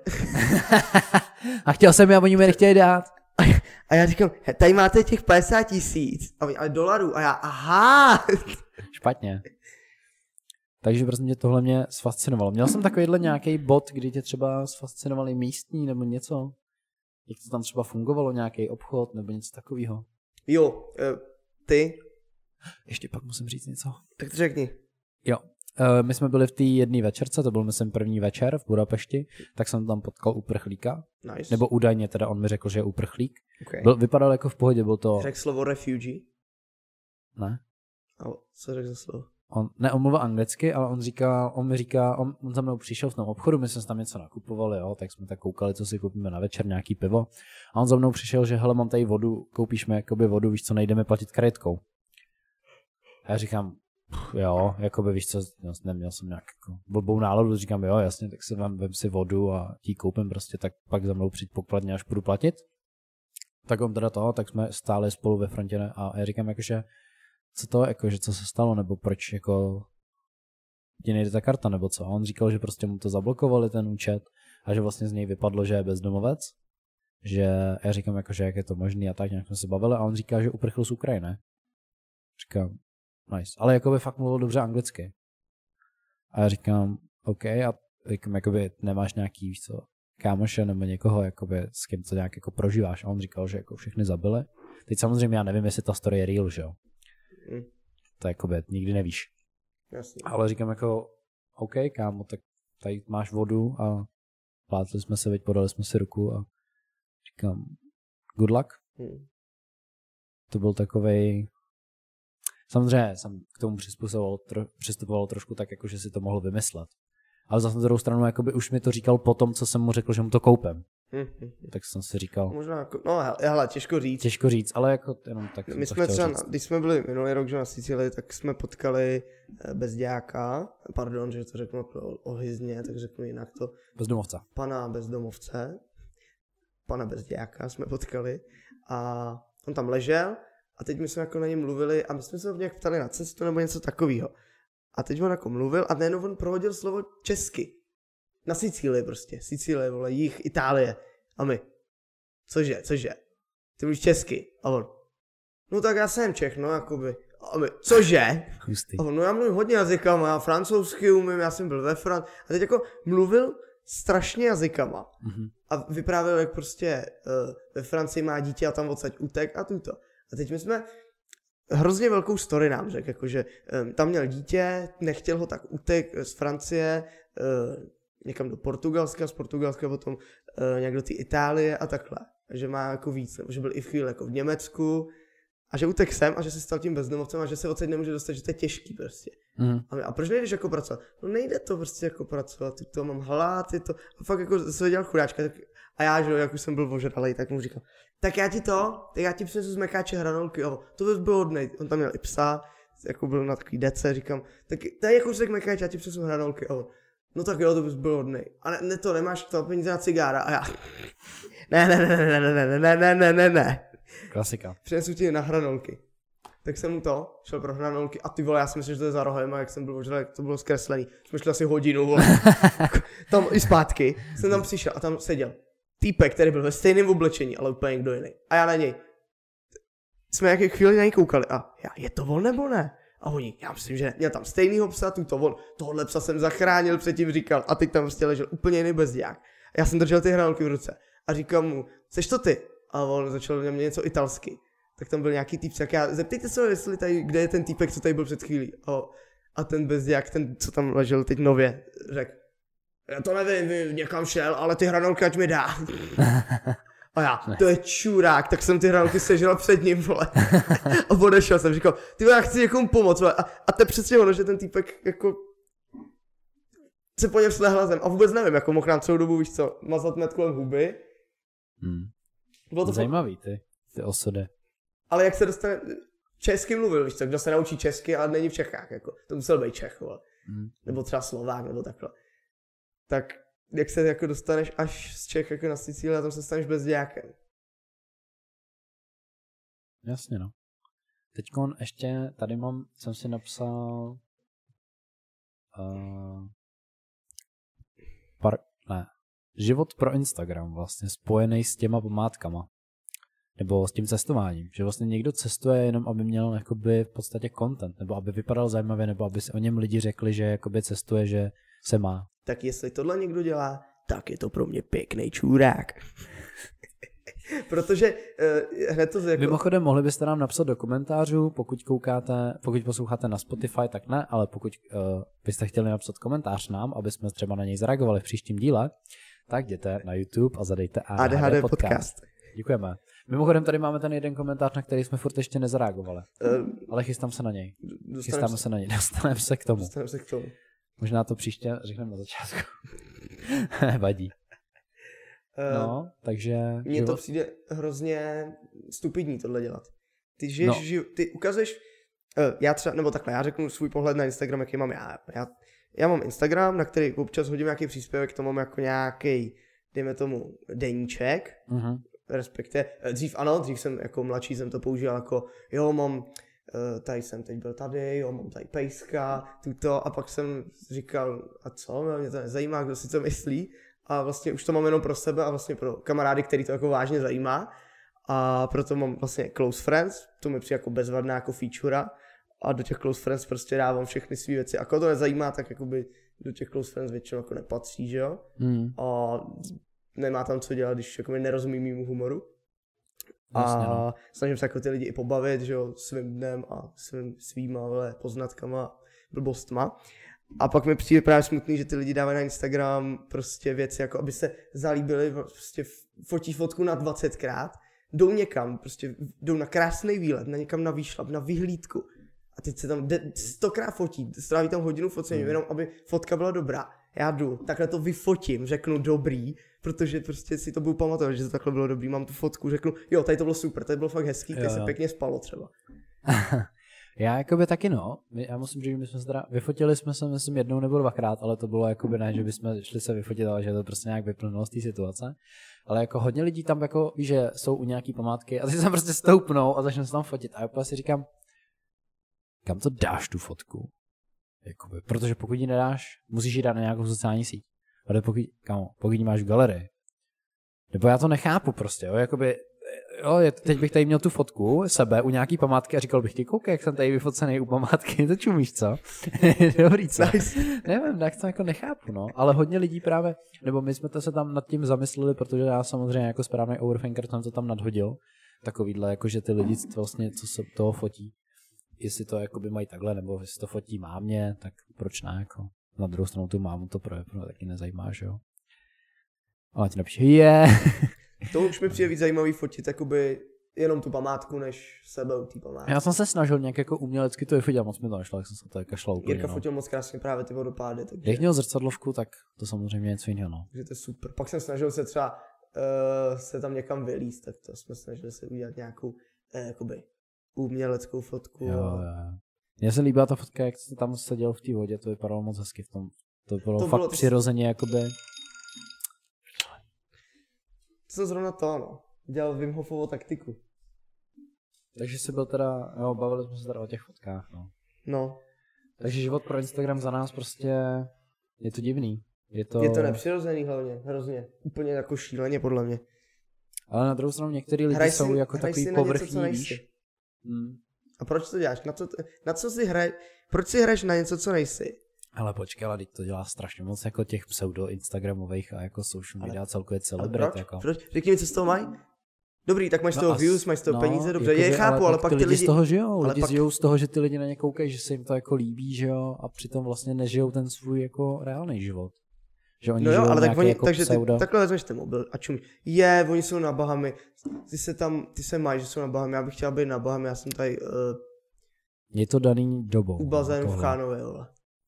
[SPEAKER 1] A chtěl jsem je, a oni mi nechtěli dát.
[SPEAKER 2] A já říkám, tady máte těch 50,000. A oni, ale dolarů. A já, aha.
[SPEAKER 1] Špatně. Takže prostě tohle mě sfascinovalo. Měl jsem takovýhle nějaký bod, kdy tě třeba sfascinovali místní nebo něco? Jak to tam třeba fungovalo, nějaký obchod nebo něco takového?
[SPEAKER 2] Jo, ty.
[SPEAKER 1] Ještě pak musím říct něco.
[SPEAKER 2] Tak to řekni.
[SPEAKER 1] Jo, my jsme byli v té jedné večerce, to byl myslím první večer v Budapešti, tak jsem tam potkal uprchlíka.
[SPEAKER 2] Nice.
[SPEAKER 1] Nebo údajně teda on mi řekl, že je uprchlík.
[SPEAKER 2] Okay.
[SPEAKER 1] Vypadal jako v pohodě, byl to...
[SPEAKER 2] Řekl slovo refugee?
[SPEAKER 1] Ne.
[SPEAKER 2] A co řekl za slovo?
[SPEAKER 1] On mluvil anglicky, ale on za mnou přišel v tom obchodu, my jsme tam něco nakupovali, jo, tak jsme tak koukali, co si koupíme na večer, nějaký pivo. A on za mnou přišel, že hele, mám tady vodu, koupíš mi jakoby vodu, víš co, nejdeme platit kreditkou. A já říkám, jo, jakoby víš co, neměl jsem nějak jako blbou náladu, říkám, jo, jasně, tak si vem si vodu a ti koupím prostě, tak pak za mnou přijď pokladně, až budu platit. Tak on teda tak jsme stáli spolu ve frontě a já říkám, jakože, co to, jakože co se stalo, nebo proč jako ti nejde ta karta, nebo co. A on říkal, že prostě mu to zablokovali ten účet a že vlastně z něj vypadlo, že je bezdomovec, že já říkám, jakože jak je to možný a tak nějak jsme se bavili a on říká, že uprchl z Ukrajiny. Říkám, nice, ale jakoby fakt mluvil dobře anglicky. A já říkám, OK, a říkám, jakoby nemáš nějaký, víš co, kámoše nebo někoho, jakoby, s kým to nějak jako prožíváš. A on říkal, že jako všechny zabili. Teď samozřejmě já nevím, jestli ta story je real, že jo. To jakoby nikdy nevíš.
[SPEAKER 2] Jasně.
[SPEAKER 1] Ale říkám jako, OK, kámo, tak tady máš vodu a plátli jsme se, podali jsme si ruku a říkám, good luck. To byl takovej, samozřejmě jsem k tomu přistupoval trošku tak, jako že si to mohl vymyslet. Ale zase na druhou stranu, jakoby už mi to říkal po tom, co jsem mu řekl, že mu to koupím. Tak jsem si říkal.
[SPEAKER 2] Možná jako, no hele, těžko říct.
[SPEAKER 1] Těžko říct, ale jako jenom tak.
[SPEAKER 2] My jsme třeba, když jsme byli minulý rok na Sicílii, tak jsme potkali bezdějáka, pardon, že to řeknu ohyzně, tak řeknu jinak to.
[SPEAKER 1] Bezdomovce.
[SPEAKER 2] Pana bezdomovce, pana bezdějáka jsme potkali a on tam ležel a teď my jsme jako na něm mluvili a my jsme se ho nějak ptali na cestu nebo něco takového. A teď on jako mluvil a najednou on prohodil slovo česky. Na Sicílii prostě. Sicílie, vole, jih, Itálie. A my. Cože? Ty mluvíš česky. A on. No tak já jsem Čech, no jakoby. A my. Cože?
[SPEAKER 1] Hustý.
[SPEAKER 2] A on, no já mluvím hodně jazykama, já francouzsky umím, já jsem byl ve Francii. A teď jako mluvil strašně jazykama. A vyprávěl, jak prostě ve Francii má dítě a tam odsaď utek a tuto. A teď my jsme hrozně velkou story nám řekl, jakože tam měl dítě, nechtěl ho, tak utek z Francie někam do Portugalska, z Portugalska potom nějak do té Itálie a takhle. A že má jako víc, nebo že byl i v chvíli jako v Německu a že utek sem a že se stal tím bezdomovcem a že se odsaď nemůže dostat, že to je těžký prostě. A proč nejdeš jako pracovat? No nejde to prostě jako pracovat, ty to mám hlad, ty to, a fakt jako se dělal chudáčka, tak a já, že jak už jsem byl ožralej, tak mu říkal, tak já ti přinesu z Mekáče hranolky, to by bylo hodnej, on tam měl i psa, jako byl na takový dece, říkám, tak tady jako řekl Mekáč, já ti přinesu hranolky, no tak jo, to bys byl hodnej, a ne to, nemáš to peníze na cigára, a já, ne.
[SPEAKER 1] Klasika.
[SPEAKER 2] Přinesu ti na hranolky. Tak jsem mu to, šel pro hranolky a ty vole, já si myslím, že to je za rohem a jak jsem byl ožralý, to bylo zkreslený. Jsme šli asi hodinu, vole. Tam i zpátky jsem tam přišel a tam seděl týpek, který byl ve stejném oblečení, ale úplně někdo jiný. A já na něj. Jsme nějaké chvíli na něj koukali a já, je to on nebo ne? A oni, já myslím, že měl tam stejnýho psa, tohle psa jsem zachránil, předtím říkal, a teď tam prostě ležel úplně jiný bezděják. A já jsem držel ty hranolky v ruce a říkám mu, seš to ty? A on začal mě něco italsky. Tak tam byl nějaký týpek, zeptejte se, jestli tady, kde je ten týpek, co tady byl před chvílí. A ten bezděják, ten, co tam ležel teď nově, řekl, já to nevím, někam šel, ale ty hranolky ať mi dá. A já, to je čurák, tak jsem ty hranolky sežral před ním, vole. A odešel jsem, říkal, ty já chci někomu pomoct, vole. A to je přesně ono, že ten týpek jako se po něm slehla zem. A vůbec nevím, jako mohl nám celou dobu, víš co, mazat med kolem huby.
[SPEAKER 1] Bylo to zajímavý, ty osudy.
[SPEAKER 2] Ale jak se dostane, česky mluvil, víš co, kdo se naučí česky, ale není v Čechách, jako, to musel být Čech, vole. Nebo třeba Slovák, nebo takhle. Tak jak se jako dostaneš až z Čech jako na Sicílii a tam se staneš bezdějákem.
[SPEAKER 1] Jasně, no. Teďkon ještě tady jsem si napsal život pro Instagram vlastně spojený s těma památkama. Nebo s tím cestováním. Že vlastně někdo cestuje jenom, aby měl jakoby v podstatě content, nebo aby vypadal zajímavě, nebo aby si o něm lidi řekli, že jakoby cestuje, že se má.
[SPEAKER 2] Tak jestli tohle někdo dělá, tak je to pro mě pěkný čurák. Protože hned to jako...
[SPEAKER 1] Mimochodem, mohli byste nám napsat do komentářů, pokud posloucháte na Spotify, tak ne, ale pokud byste chtěli napsat komentář nám, aby jsme třeba na něj zareagovali v příštím díle, tak jděte na YouTube a zadejte ADHD podcast. Děkujeme. Mimochodem, tady máme ten jeden komentář, na který jsme furt ještě nezareagovali. Ale chystám se na něj. Dostaneme se k tomu. Možná to příště řekneme na začátku. Vadí. No, takže...
[SPEAKER 2] Mně to přijde hrozně stupidní tohle dělat. Ty žiješ, ty ukazuješ... Já třeba, nebo takhle, já řeknu svůj pohled na Instagram, jaký mám já. Já mám Instagram, na který občas hodím nějaký příspěvek, to mám jako nějaký, dejme tomu, deníček. Respektive, dřív jsem jako mladší, jsem to používal jako, jo, mám, tady jsem teď byl tady, jo, mám tady pejska, tuto, a pak jsem říkal, a co, mě to nezajímá, kdo si to myslí, a vlastně už to mám jenom pro sebe a vlastně pro kamarády, který to jako vážně zajímá, a proto mám vlastně close friends, to mi přijde jako bezvadná jako feature, a do těch close friends prostě dávám všechny své věci, a koho to nezajímá, tak jakoby do těch close friends většinou jako nepatří, že jo, a nemá tam co dělat, když jako nerozumí mému humoru. A snažím se jako ty lidi i pobavit, že jo, svým dnem a svýma poznatkama, blbostma. A pak mi přijde právě smutný, že ty lidi dávají na Instagram prostě věci, jako aby se zalíbili, prostě fotí fotku na 20krát, jdou někam, prostě jdou na krásný výlet, na někam na výšlap, na vyhlídku. A teď se tam 100krát fotí, stráví tam hodinu focením, jenom aby fotka byla dobrá. Já jdu, takhle to vyfotím, řeknu dobrý, protože prostě si to budu pamatovat, že to takhle bylo dobrý, mám tu fotku, řeknu, jo, tady to bylo super, tady bylo fakt hezký, tady se pěkně spalo třeba.
[SPEAKER 1] Já jakoby taky já musím říct, že my jsme se teda, vyfotili jsme se myslím jednou nebo dvakrát, ale to bylo jakoby ne, že bychom šli se vyfotit, ale že to prostě nějak vyplnulo z té situace. Ale jako hodně lidí tam jako, víš, že jsou u nějaký památky a ty se tam prostě stoupnou a začnou se tam fotit a já si říkám, kam to dáš tu fotku? Jakoby, protože pokud ji nedáš, musíš ji dát na nějakou sociální síť. Ale pokud ji máš v galerii. Nebo já to nechápu prostě, jo, jakoby, jo, teď bych tady měl tu fotku sebe u nějaký památky a říkal bych ti, koukej, jak jsem tady vyfocený u památky, to čumíš, co? Dobrý, co? Nice. Nevím, tak to jako nechápu, no, ale hodně lidí právě, nebo my jsme to se tam nad tím zamysleli, protože já samozřejmě jako správný overthinker jsem to tam nadhodil, takovýhle, jako že ty lidi vlastně, co se toho fotí, jestli to jakoby mají takhle, nebo jestli to fotí mámě, tak proč ne, jako. Na druhou stranu tu mámu to taky nezajímá, že jo. Ale ti napíše,
[SPEAKER 2] To už mi přijde víc zajímavý fotit, jakoby jenom tu památku, než sebe u té památky.
[SPEAKER 1] Já jsem se snažil nějak jako umělecky to vyfotit, moc mi to nešlo, jak jsem se to kašlal úplně.
[SPEAKER 2] Jirka fotil moc krásně právě ty vodopády. Takže...
[SPEAKER 1] Jak měl zrcadlovku, tak to samozřejmě něco jiného, no.
[SPEAKER 2] Takže to je super. Pak jsem snažil se třeba se tam někam vylízt, tak to jsme snažili se udělat nějakou jakoby uměleckou fotku.
[SPEAKER 1] Jo. Mně se líbila ta fotka, jak jste tam seděl v té vodě, to vypadalo moc hezky v tom. To bylo fakt přirozeně, jakoby.
[SPEAKER 2] To jsem zrovna to, no. Dělal Wim Hofovou taktiku.
[SPEAKER 1] Takže jsi byl teda, jo, bavili jsme se teda o těch fotkách, no.
[SPEAKER 2] No.
[SPEAKER 1] Takže život pro Instagram za nás prostě, je to divný. Je to
[SPEAKER 2] nepřirozený hlavně, hrozně. Úplně jako šíleně podle mě.
[SPEAKER 1] Ale na druhou stranu některý lidi jsou jako takový povrchní, víš.
[SPEAKER 2] A proč to děláš? Na co si hraješ? Proč si hraješ na něco, co nejsi?
[SPEAKER 1] Ale počkej, ale teď to dělá strašně moc jako těch pseudo-instagramových a jako social media celkově celebrit.
[SPEAKER 2] Proč? Řekni mi, co z toho mají? Dobrý, tak máš z toho views, máš z toho peníze, dobře,
[SPEAKER 1] jakože,
[SPEAKER 2] je chápu, ale pak ty lidi
[SPEAKER 1] z toho žijou, lidi žijou z toho, že ty lidi na ně koukají, že se jim to jako líbí, že jo, a přitom vlastně nežijou ten svůj jako reálný život. Že oni žijou ale tak oni, jako
[SPEAKER 2] takže
[SPEAKER 1] pseudo.
[SPEAKER 2] Ty takhle vezmeš ten mobil a čumíš. Oni jsou na Bahamy, ty se mají, že jsou na Bahamy, já bych chtěl být na Bahamy, já jsem tady
[SPEAKER 1] je to daný dobou.
[SPEAKER 2] U bazénu v Chánově, ale.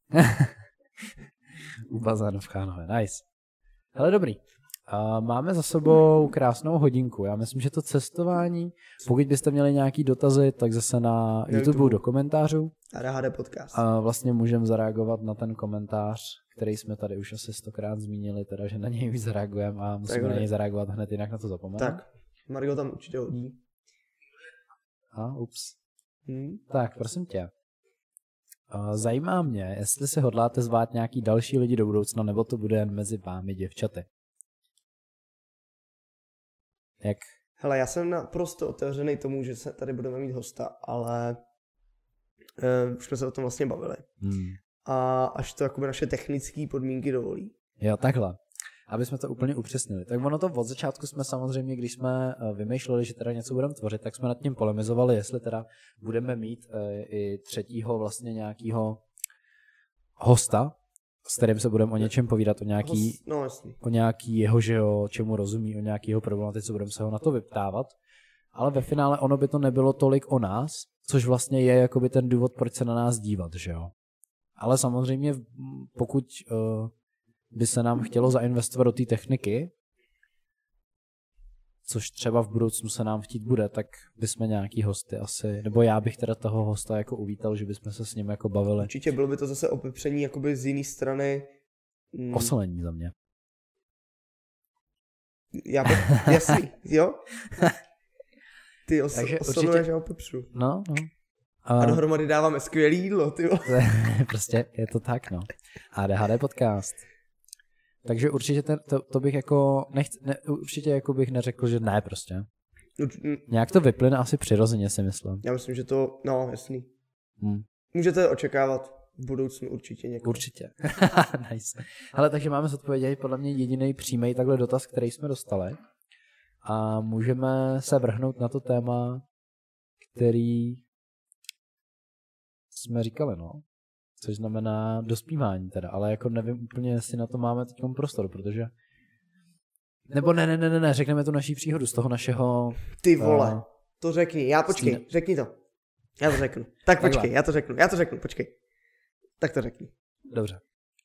[SPEAKER 1] U bazénu v Chánově, nice. Hele, dobrý. Máme za sebou krásnou hodinku. Já myslím, že to cestování, pokud byste měli nějaký dotazy, tak zase na YouTube do komentářů.
[SPEAKER 2] ADHD podcast.
[SPEAKER 1] A vlastně můžeme zareagovat na ten komentář, který jsme tady už asi 100krát zmínili, teda, že na něj víc zareagujeme a musíme na něj zareagovat hned, jinak na to zapomeneme.
[SPEAKER 2] Tak, Mario tam určitě hodí.
[SPEAKER 1] Ups. Tak, prosím tě. Zajímá mě, jestli si hodláte zvát nějaký další lidi do budoucna, nebo to bude jen mezi vámi děvčaty. Jak?
[SPEAKER 2] Hele, já jsem naprosto otevřený tomu, že se tady budeme mít hosta, ale už jsme se o tom vlastně bavili. A až to jakoby naše technické podmínky dovolí.
[SPEAKER 1] Jo, takhle. Aby jsme to úplně upřesnili. Tak ono to od začátku jsme samozřejmě, když jsme vymýšleli, že teda něco budeme tvořit, tak jsme nad tím polemizovali, jestli teda budeme mít i třetího vlastně nějakého hosta, s kterým se budeme o něčem povídat, o nějaký jeho, že jo, čemu rozumí, o nějaký jeho problematice, budeme se ho na to vyptávat. Ale ve finále ono by to nebylo tolik o nás, což vlastně je jakoby ten důvod, proč se na nás dívat, že jo. Ale samozřejmě, pokud by se nám chtělo zainvestovat do té techniky, což třeba v budoucnu se nám chtít bude, tak bychom nějaký hosty asi, nebo já bych teda toho hosta jako uvítal, že bychom se s ním jako bavili.
[SPEAKER 2] Určitě bylo by to zase opepření jakoby z jiné strany.
[SPEAKER 1] Osolení za mě.
[SPEAKER 2] Jasný, jo? Ty osoluješ a opepřu.
[SPEAKER 1] No.
[SPEAKER 2] A dohromady dáváme skvělé jídlo, ty jo.
[SPEAKER 1] Prostě je to tak, no. ADHD podcast. Takže určitě to bych jako, určitě jako bych neřekl, že ne prostě. Nějak to vyplyne asi přirozeně, si myslím.
[SPEAKER 2] Já myslím, že to, no jasný. Můžete očekávat v budoucnu určitě někoho.
[SPEAKER 1] Určitě. Nice. Hele, takže máme zodpovědět podle mě jediný přímý takhle dotaz, který jsme dostali. A můžeme se vrhnout na to téma, který jsme říkali, no. Což znamená dospívání teda, ale jako nevím úplně, jestli na to máme teď prostor, protože... Nebo ne, řekneme tu naší příhodu z toho našeho...
[SPEAKER 2] Ty vole, to řekni, řekni to. Já to řeknu. Tak počkej, já to řeknu, počkej. Tak to řekni.
[SPEAKER 1] Dobře.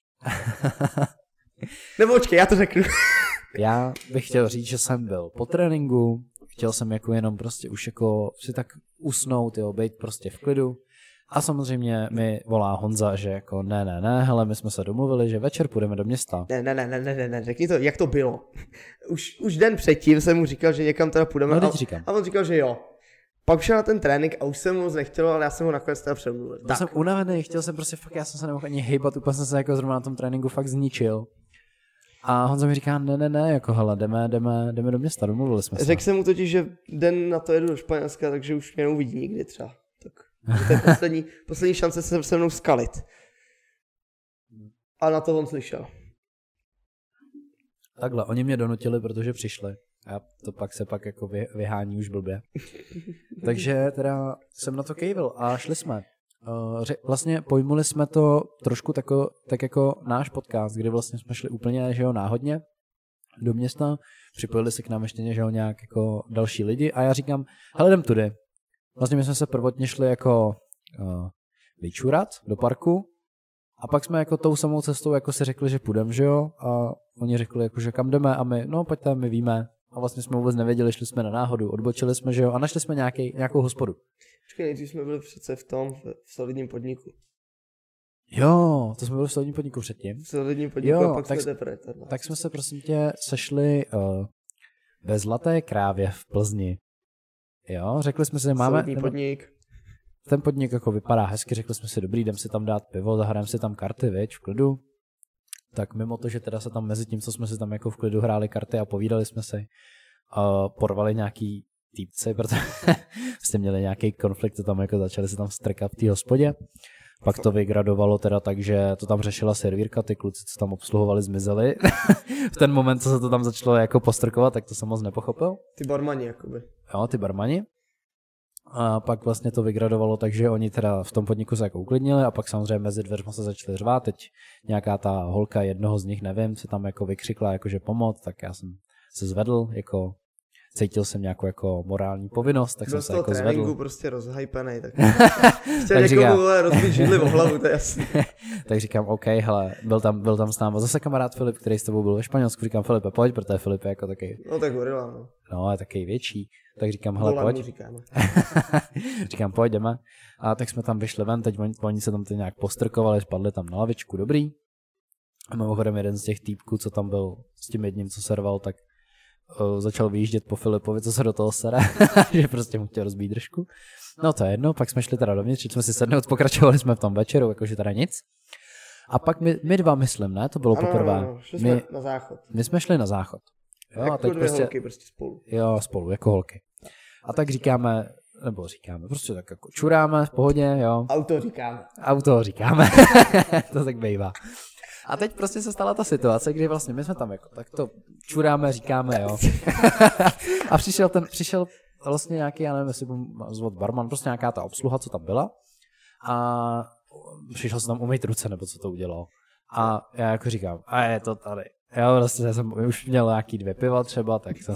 [SPEAKER 2] Nebo počkej, já to řeknu.
[SPEAKER 1] Já bych chtěl říct, že jsem byl po tréninku, chtěl jsem jako jenom prostě už jako si tak usnout, jo, být prostě v klidu. A samozřejmě mi volá Honza, že jako ne, hele, my jsme se domluvili, že večer půjdeme do města.
[SPEAKER 2] Ne, řekni to, jak to bylo. Už den předtím jsem mu říkal, že někam teda půjdeme.
[SPEAKER 1] No,
[SPEAKER 2] a on říkal, že jo. Pak šel na ten trénink a už jsem mu moc nechtěl, ale já jsem ho nakonec teda přemluvil.
[SPEAKER 1] Já jsem unavený, chtěl jsem prostě fakt, já jsem se nemohl ani hejbat, úplně jsem se jako zrovna na tom tréninku fakt zničil. A Honza mi říká, ne, jako hele, jdeme do města, domluvili jsme se.
[SPEAKER 2] Řekl jsem mu totiž, že den na to jedu do Španělska, takže už mě neuvidí nikdy třeba. Tak to je poslední šance se mnou skalit. A na to on slyšel.
[SPEAKER 1] Takhle, oni mě donutili, protože přišli. A to pak se jako vyhání už blbě. Takže teda jsem na to kejvil a šli jsme. Vlastně pojmuli jsme to trošku tak jako náš podcast, kdy vlastně jsme šli úplně, že jo, náhodně do města, připojili se k nám ještě, že jo, nějak jako další lidi a já říkám, hele, jdem tudy. Vlastně my jsme se prvotně šli jako vyčurat do parku a pak jsme jako tou samou cestou jako si řekli, že půjdem, že jo, a oni řekli jako, že kam jdeme a my, no pojďte, my víme. A vlastně jsme vůbec nevěděli, šli jsme na náhodu, odbočili jsme, že jo, a našli jsme nějakou hospodu.
[SPEAKER 2] Počkej, nejdřív jsme byli přece v solidním podniku.
[SPEAKER 1] Jo, to jsme byli v solidním podniku předtím.
[SPEAKER 2] V solidním podniku jo, a pak jsme teprve.
[SPEAKER 1] Tak jsme se prosím tě sešli ve Zlaté krávě v Plzni. Jo, řekli jsme si, že máme...
[SPEAKER 2] Solidní podnik.
[SPEAKER 1] Ten podnik jako vypadá hezky, řekli jsme si, dobrý, jdem si tam dát pivo, zahrajeme si tam karty, viď, v klidu. Tak mimo to, že teda se tam mezi tím, co jsme si tam jako v klidu hráli karty a povídali jsme si, porvali nějaký týpci, protože jste měli nějaký konflikt, to tam jako začali se tam strkat v té hospodě. Pak to vygradovalo teda tak, že to tam řešila servírka, ty kluci, co tam obsluhovali, zmizeli. V ten moment, co se to tam začalo jako postrkovat, tak to jsem moc nepochopil.
[SPEAKER 2] Ty barmani, jakoby.
[SPEAKER 1] Jo, ty barmani. A pak vlastně to vygradovalo tak, že oni teda v tom podniku se jako uklidnili a pak samozřejmě mezi dveřma se začali řvát. Teď nějaká ta holka, jednoho z nich, nevím, se tam jako vykřikla, jakože pomoct, tak já jsem se zvedl, jako cítil jsem nějakou jako morální povinnost, tak jsem se jako zvedl. Byl z toho tréninku
[SPEAKER 2] prostě rozhypenej, tak chtěl někomu rozbít židli o hlavu, to je jasný.
[SPEAKER 1] Tak říkám, OK, hele, byl tam s náma zase kamarád Filip, který s tebou byl ve Španělsku, říkám, Filipe, pojď, protože Filip je jako taky.
[SPEAKER 2] No tak gorila, no.
[SPEAKER 1] No, je taky větší, tak říkám, hele, pojď. Říkám, pojď, jdeme. A tak jsme tam vyšli ven, teď oni se tam teď nějak postrkovali, spadli tam na lavičku, dobrý. A mimochodem jeden z těch týpků, co tam byl s tím jedním, co serval, tak začal vyjíždět po Filipovi, co se do toho sere, že prostě mu chtěl rozbít držku. No to je jedno, pak jsme šli teda dovnitř, jsme si sednout, pokračovali jsme v tom večeru, jakože teda nic. A pak my dva, myslím, ne? To bylo poprvé.
[SPEAKER 2] Ano, šli jsme na záchod.
[SPEAKER 1] My jsme šli na záchod. Jo,
[SPEAKER 2] jako
[SPEAKER 1] a teď
[SPEAKER 2] dvě holky prostě spolu.
[SPEAKER 1] Jo, spolu, jako holky. A tak říkáme, prostě tak jako čuráme v pohodě, jo. Auto říkáme. To tak bývá. A teď prostě se stala ta situace, kdy vlastně my jsme tam jako tak to čuráme, říkáme, jo. A přišel vlastně nějaký, já nevím, jestli budu zvot barman, prostě nějaká ta obsluha, co tam byla. A přišel jsem tam umýt ruce, nebo co to udělal. A já jako říkám, a je to tady. Jo, vlastně jsem už měl nějaký 2 piva třeba, tak jsem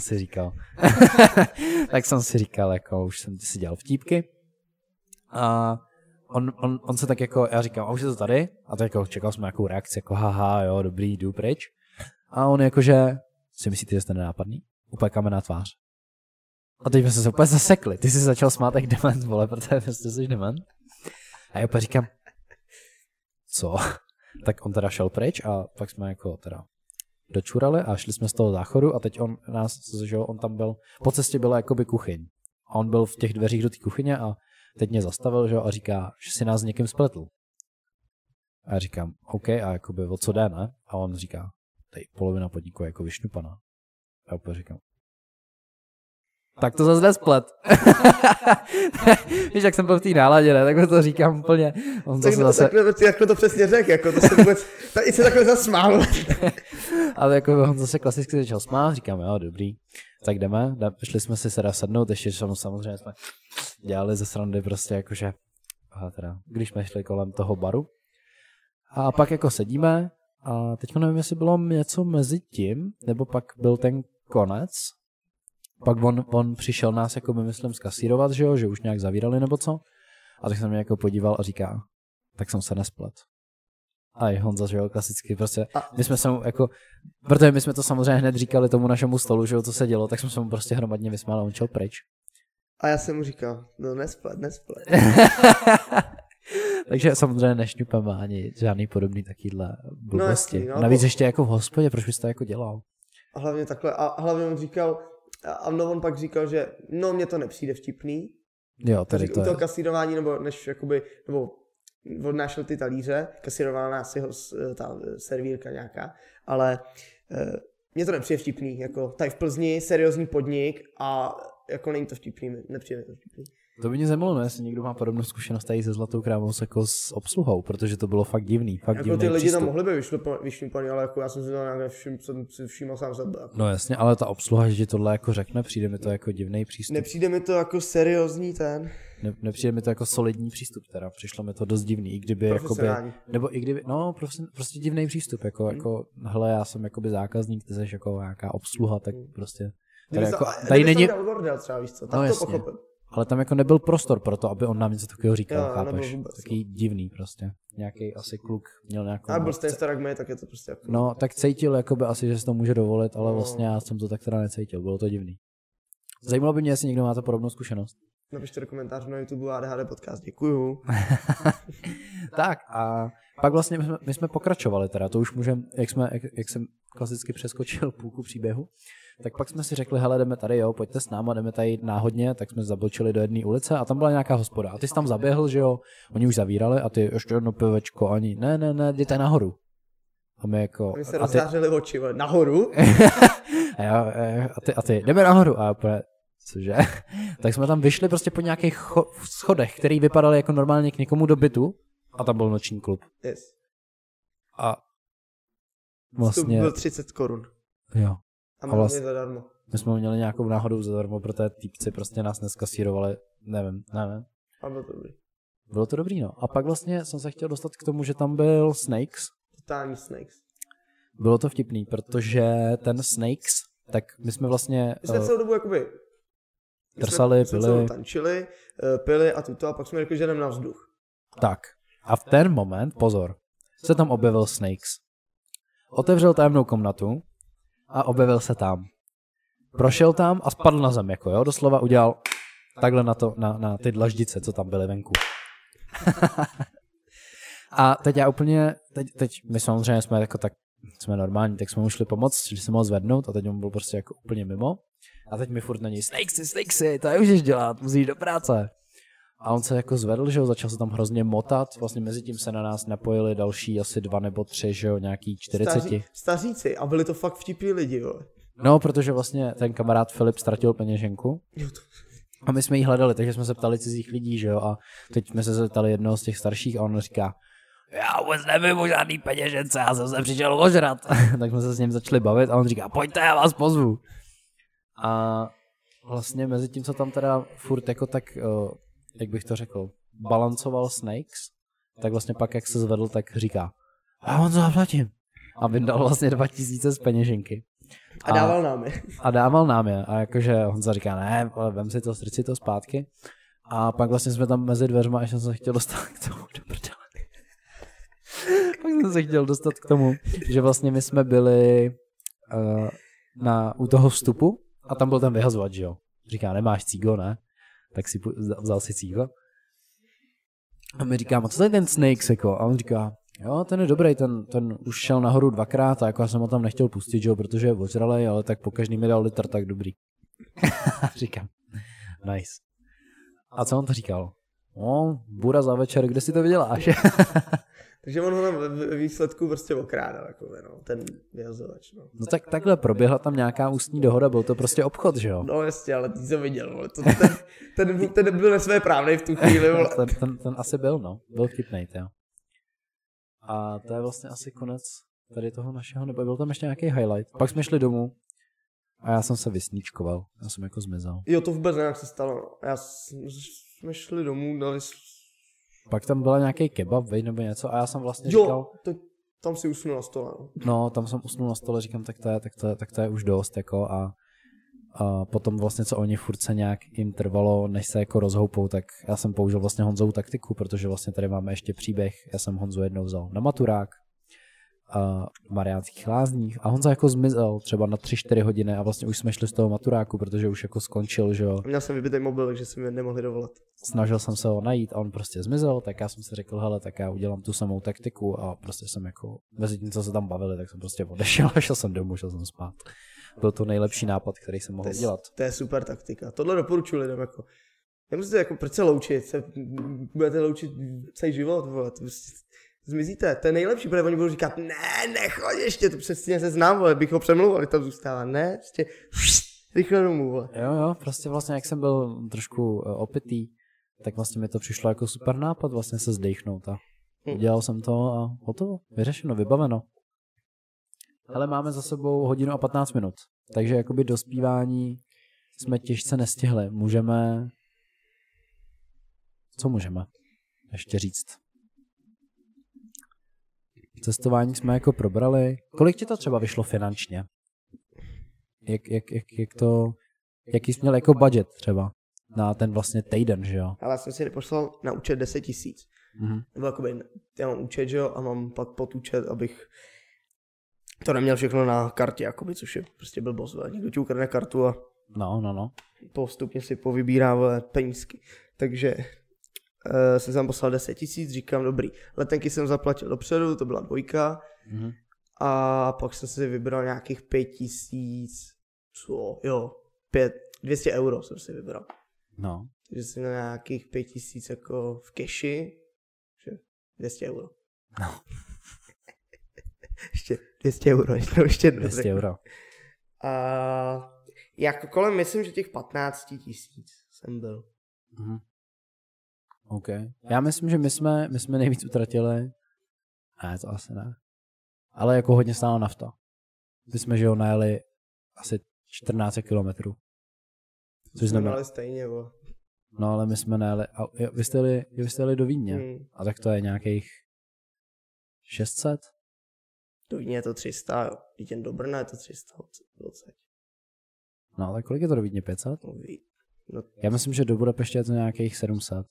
[SPEAKER 1] si říkal, jako už jsem si dělal vtípky. A on se tak jako, já říkám, a už je to tady? A tak jako čekal jsem nějakou reakci, jako haha, jo, dobrý, jdu pryč. A on jakože, si myslíte, že jste nenápadný? Úplně kamenná tvář. A teď jsme se úplně zasekli. Ty jsi začal smát jak dement, vole, protože prostě jsi dement. A já úplně říkám, co? Tak on teda šel pryč a pak jsme jako teda dočurali a šli jsme z toho záchodu a teď on tam byl, po cestě byla jakoby kuchyň. A on byl v těch dveřích do té kuchyně a teď mě zastavil, že, a říká, že si nás s někým spletl. A já říkám, OK, a jakoby o co jde, ne? A on říká, tady polovina podniku je jako vyšňupaná. A já úplně říkám, tak to zase nesplet. Víš, jak jsem byl v té náladě, ne? Tak to říkám úplně. On
[SPEAKER 2] takhle to přesně řekl, jako to se vůbec, i se takhle zasmál.
[SPEAKER 1] Ale jako on zase klasicky začal smát, říkám, jo, dobrý. Tak jdeme, šli jsme si teda sednout, ještě samozřejmě jsme dělali ze srandy prostě jakože, teda, když jsme šli kolem toho baru. A pak jako sedíme a teďko nevím, jestli bylo něco mezi tím, nebo pak byl ten konec. Pak on přišel nás jako myslím zkasírovat, že jo, že už nějak zavírali nebo co. A tak jsem mě jako podíval a říká, tak jsem se nesplet. A i Honza, že jo, klasicky prostě, my jsme se mu jako, protože my jsme to samozřejmě hned říkali tomu našemu stolu, že jo, co se dělo, tak jsme se mu prostě hromadně vysmáli a on šel pryč.
[SPEAKER 2] A já jsem mu říkal, no nesplet.
[SPEAKER 1] Takže samozřejmě nešňupeme ani žádný podobný takýhle blbosti.
[SPEAKER 2] No,
[SPEAKER 1] navíc ještě jako v hospodě, proč bys to jako dělal?
[SPEAKER 2] A hlavně takhle, a hlavně on říkal, a on pak říkal, že no mně to nepřijde vtipný.
[SPEAKER 1] Jo, tady to
[SPEAKER 2] je. U toho kasírování, nebo než jakoby, nebo odnášel ty talíře, kasírovala nás jeho ta servírka nějaká, ale mně to nepřijde vtipný, jako tady v Plzni seriózní podnik a jako není to vtipný, nepřijde to vtipný.
[SPEAKER 1] To by mě zajímalo, no, jestli někdo má podobnou zkušenost tady se Zlatou krávou jako s obsluhou, protože to bylo fakt divný. Fakt
[SPEAKER 2] jako
[SPEAKER 1] divný
[SPEAKER 2] ty lidi
[SPEAKER 1] přístup.
[SPEAKER 2] tam mohli být vyšňupaný, ale jako já jsem si to nějak všiml sám sebe. Jako.
[SPEAKER 1] No jasně, ale ta obsluha, že ti tohle jako řekne, přijde mi to jako divný přístup.
[SPEAKER 2] Nepřijde mi to jako seriózní
[SPEAKER 1] Nepřijde mi to jako solidní přístup, teda přišlo mi to dost divný, i kdyby jakoby, nebo i kdyby, no prostě divný přístup, jako hele, já jsem jakoby zákazník, ty jsi jako nějaká obsluha, tak prostě. Tady není.
[SPEAKER 2] Třeba, víš co, tak
[SPEAKER 1] no,
[SPEAKER 2] to pochopím.
[SPEAKER 1] Ale tam jako nebyl prostor pro to, aby on nám něco takového říkal, chápeš? Taký divný prostě. Nějaký asi kluk měl nějakou...
[SPEAKER 2] A byl stejně starý jak tak je to prostě... Jako...
[SPEAKER 1] No, tak cítil jakoby asi, že si to může dovolit, ale vlastně já jsem to tak teda necítil, bylo to divný. Zajímalo by mě, jestli někdo máte podobnou zkušenost.
[SPEAKER 2] Napište do komentářů na YouTube ADHD podcast, děkuju.
[SPEAKER 1] Tak a pak vlastně my jsme pokračovali teda, to už můžeme, jak jsem klasicky přeskočil půlku příběhu, tak pak jsme si řekli, hele, jdeme tady, jo, pojďte s náma, jdeme tady náhodně, tak jsme zabočili do jedné ulice a tam byla nějaká hospoda. A ty jsi tam zaběhl, že jo, oni už zavírali a ty ještě jedno pivečko, ani ne, jděte nahoru. A my jako...
[SPEAKER 2] Oni se rozzářili oči, nahoru?
[SPEAKER 1] a ty, jdeme nahoru a úplně, Cože? Tak jsme tam vyšli prostě po nějakých schodech, který vypadaly jako normálně k někomu do bytu a tam byl noční klub.
[SPEAKER 2] Yes.
[SPEAKER 1] A vlastně...
[SPEAKER 2] To byl 30 korun.
[SPEAKER 1] Jo.
[SPEAKER 2] A vlastně zadarmo.
[SPEAKER 1] My jsme měli nějakou náhodou zadarmo, protože týpci prostě nás neskasírovali, nevím.
[SPEAKER 2] A bylo to dobrý.
[SPEAKER 1] Bylo to dobrý, no. A pak vlastně jsem se chtěl dostat k tomu, že tam byl Snakes.
[SPEAKER 2] Totální Snakes.
[SPEAKER 1] Bylo to vtipný, protože ten Snakes, tak my jsme vlastně...
[SPEAKER 2] My jsme celou dobu jakoby...
[SPEAKER 1] Trsali, pili.
[SPEAKER 2] Tančili, pili a tuto a pak jsme řekli, že jdem na vzduch.
[SPEAKER 1] Tak. A v ten moment, pozor, se tam objevil Snakes. Otevřel tajemnou komnatu a objevil se tam. Prošel tam a spadl na zem, jako jo, doslova udělal takhle na ty dlaždice, co tam byly venku. A teď já úplně, teď my samozřejmě jsme jako tak, jsme normální, tak jsme mu šli pomoct, že se mohl zvednout a teď on byl prostě jako úplně mimo. A teď mi furt na něj, Snakesy, to nemůžeš dělat, musíš do práce. A on se jako zvedl, že jo, začal se tam hrozně motat, vlastně mezi tím se na nás napojili další asi 2 nebo 3, že jo, nějaký 40.
[SPEAKER 2] Staříci a byli to fakt vtipní lidi, jo.
[SPEAKER 1] No, protože vlastně ten kamarád Filip ztratil peněženku a my jsme jí hledali, takže jsme se ptali cizích lidí, že jo, a teď jsme se zeptali jednoho z těch starších a on říká, já vůbec nevím o žádný peněžence, já jsem se přišel ožrat. Tak jsme se s ním začali bavit a on říká, pojďte, já vás pozvu. A vlastně mezi tím, co tam teda furt jako tak, jak bych to řekl, balancoval Snakes, tak vlastně pak, jak se zvedl, tak říká, já vám to zaplatím. A vyndal vlastně 2000 z peněženky.
[SPEAKER 2] A dával nám je.
[SPEAKER 1] A dával nám je. A jakože Honza říká, ne, ale vem si to, strč si to zpátky. A pak vlastně jsme tam mezi dveřma, až jsem se chtěl dostat k tomu, do prdele. Pak jsem se chtěl dostat k tomu, že vlastně my jsme byli u toho vstupu a tam byl ten vyhazovač, že jo. Říká, nemáš cígo, ne? Tak si vzal si cígo. A my říkáme, co to je ten Snakes, jako? A on říká, jo, ten je dobrý, ten už šel nahoru 2krát a jako já jsem ho tam nechtěl pustit, že jo, protože je ožralej, ale tak po každý mi dal litr, tak dobrý. Říkám, nice. A co on to říkal? No, bura za večer, kde si to vyděláš?
[SPEAKER 2] Takže on ho tam ve výsledku prostě okrádal, jako, no, ten vyhazovač.
[SPEAKER 1] No tak takhle proběhla tam nějaká ústní dohoda, byl to prostě obchod, že jo?
[SPEAKER 2] No jasně, ale ty jsi viděl, vole. Ten byl nesvéprávnej v tu chvíli, vole.
[SPEAKER 1] ten asi byl, no. Byl vtipnej, jo. A to je vlastně asi konec tady toho našeho, nebo byl tam ještě nějaký highlight. Pak jsme šli domů a já jsem se vysníčkoval. Já jsem jako zmizel.
[SPEAKER 2] Jo, to vůbec nějak se stalo. Jsme šli domů, dali...
[SPEAKER 1] Pak tam byla nějaký kebab, nebo něco a já jsem vlastně říkal...
[SPEAKER 2] Tam si usnul na stole.
[SPEAKER 1] No, tam jsem usnul na stole, říkám, tak to je už dost, jako a potom vlastně, co oni furt se nějak jim trvalo, než se jako rozhoupou, tak já jsem použil vlastně Honzovu taktiku, protože vlastně tady máme ještě příběh, já jsem Honzu jednou vzal na maturák v Mariánských Lázních a Honza jako zmizel třeba na 3-4 hodiny a vlastně už jsme šli z toho maturáku, protože už jako skončil, že jo.
[SPEAKER 2] Měl jsem vybitej mobil, takže jsem je nemohli dovolat.
[SPEAKER 1] Snažil jsem se ho najít a on prostě zmizel, tak já jsem si řekl, hele, tak já udělám tu samou taktiku a prostě jsem jako, mezi tím, co se tam bavili, tak jsem prostě odešel a šel jsem domů, šel jsem spát. Byl to nejlepší nápad, který jsem mohl dělat.
[SPEAKER 2] To je super taktika. Tohle doporučuji lidem, jako. Nemusíte jako, proč se loučit? Budete loučit celý život, vole, to zmizíte. To je nejlepší, protože oni budou říkat, ne, nechoď ještě, to přesně se znám, vole, bych ho přemlouval, tam zůstává, ne, prostě rychle domů, vole.
[SPEAKER 1] Jo, prostě vlastně, jak jsem byl trošku opitý, tak vlastně mi to přišlo jako super nápad vlastně se zdechnout a udělal jsem to a hotovo, vyřešeno, vybaveno. Ale máme za sebou 1 hodinu a 15 minut, takže jakoby do zpívání jsme těžce nestihli. Můžeme... Co můžeme ještě říct? Cestování jsme jako probrali. Kolik ti to třeba vyšlo finančně? Jaký jsi měl jako budget třeba na ten vlastně týden, že jo?
[SPEAKER 2] Ale já jsem si poslal na účet 10 000. Nebo jakoby, já mám účet, že jo, a mám pak podúčet, abych to neměl všechno na kartě, jakoby, což je prostě blbost, někdo ti ukradne kartu a
[SPEAKER 1] No.
[SPEAKER 2] Postupně si povybírá penízky. Takže jsem tam poslal 10 000, říkám dobrý. Letenky jsem zaplatil dopředu, to byla 2. A pak jsem si vybral nějakých 5 000, 200 euro jsem si vybral.
[SPEAKER 1] No.
[SPEAKER 2] Takže jsem měl nějakých 5 000 jako v keši, 200 euro.
[SPEAKER 1] No.
[SPEAKER 2] Ještě 200 euro, ještě
[SPEAKER 1] 200 euro.
[SPEAKER 2] A Jako kolem, myslím, že těch 15 000 jsem byl.
[SPEAKER 1] Mhm. OK. Já myslím, že my jsme nejvíc utratili. Ne, to asi ne. Ale jako hodně stála nafta. My jsme, že ho najeli asi 14 kilometrů. Což znamená...
[SPEAKER 2] stejně, bo.
[SPEAKER 1] No, ale my jsme najeli... Vy jste jeli do Vídně. A tak to je nějakých 600?
[SPEAKER 2] Do Vídně je to 300, jo. Jen do Brna je to 320.
[SPEAKER 1] No, tak kolik je to do Vídně? 500?
[SPEAKER 2] No.
[SPEAKER 1] Já myslím, že do Budapeště je to nějakých 700.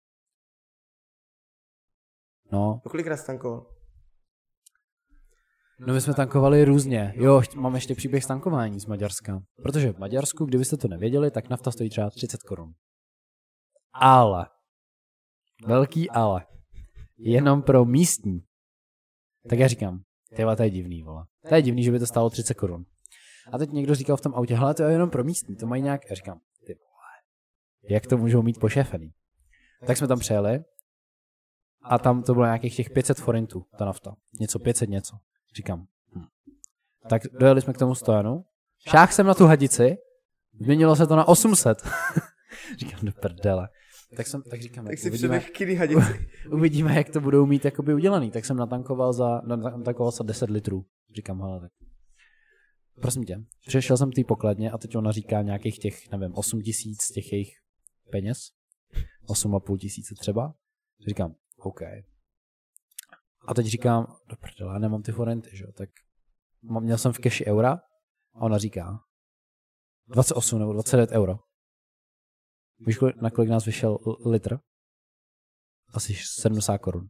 [SPEAKER 1] No.
[SPEAKER 2] Kolikrát jsi tankoval?
[SPEAKER 1] No my jsme tankovali různě. Jo, mám ještě příběh z tankování z Maďarska. Protože v Maďarsku, kdybyste to nevěděli, tak nafta stojí třeba 30 korun. Ale. Velký ale. Jenom pro místní. Tak já říkám, to je divný, vole. To je divný, že by to stálo 30 korun. A teď někdo říkal v tom autě, hele, to je jenom pro místní, to mají nějak. Já říkám, ty vole, jak to můžou mít pošéfený? Tak jsme tam přijeli a tam to bylo nějakých těch 500 forintů, ta nafta. Něco 500 něco. Říkám, Tak dojeli jsme k tomu stojanu, šáhl jsem na tu hadici, změnilo se to na 800. Říkám, do prdele. Tak říkám,
[SPEAKER 2] tak si přeběh kdy hadici.
[SPEAKER 1] Uvidíme, jak to budou mít jakoby udělaný. Tak jsem natankoval za 10 litrů. Říkám, hele, tak. Prosím tě, přišel jsem k té pokladně a teď ona říká nějakých těch, nevím, 8 000 těch jejich peněz. 8 500 třeba. Říkám, OK. A teď říkám, do prdele, já nemám ty forenty, že jo, tak měl jsem v keši eura a ona říká 28 nebo 29 euro. Víš, na kolik nás vyšel litr? Asi 70 korun.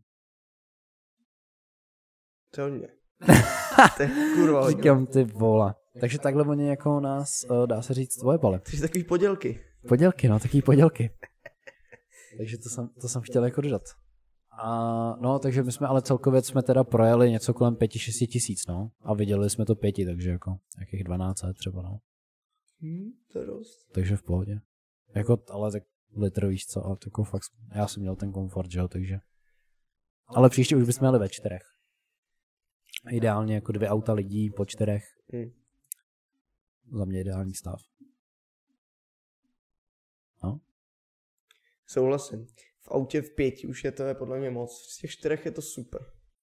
[SPEAKER 2] To je hodně. To je kurva hodně.
[SPEAKER 1] Říkám, ty vola. Takže takhle oni jako nás, dá se říct, ojebali.
[SPEAKER 2] Takže takový podělky.
[SPEAKER 1] Podělky, no, takový podělky. Takže to jsem chtěl jako dodat. A no, takže my jsme ale celkově jsme teda projeli něco kolem 5-6 tisíc, no. A viděli jsme to 5, takže jako nějakých 12 třeba, no.
[SPEAKER 2] To je dost.
[SPEAKER 1] Takže v pohodě. Jako, ale tak litr, víš co, a jako fakt, já jsem měl ten komfort, že jo, takže. Ale příště už bychom jeli ve 4. Ideálně jako 2 auta lidí po 4. Za mě ideální stav. No.
[SPEAKER 2] Souhlasím. V autě v 5 už je to podle mě moc. Z těch 4 je to super.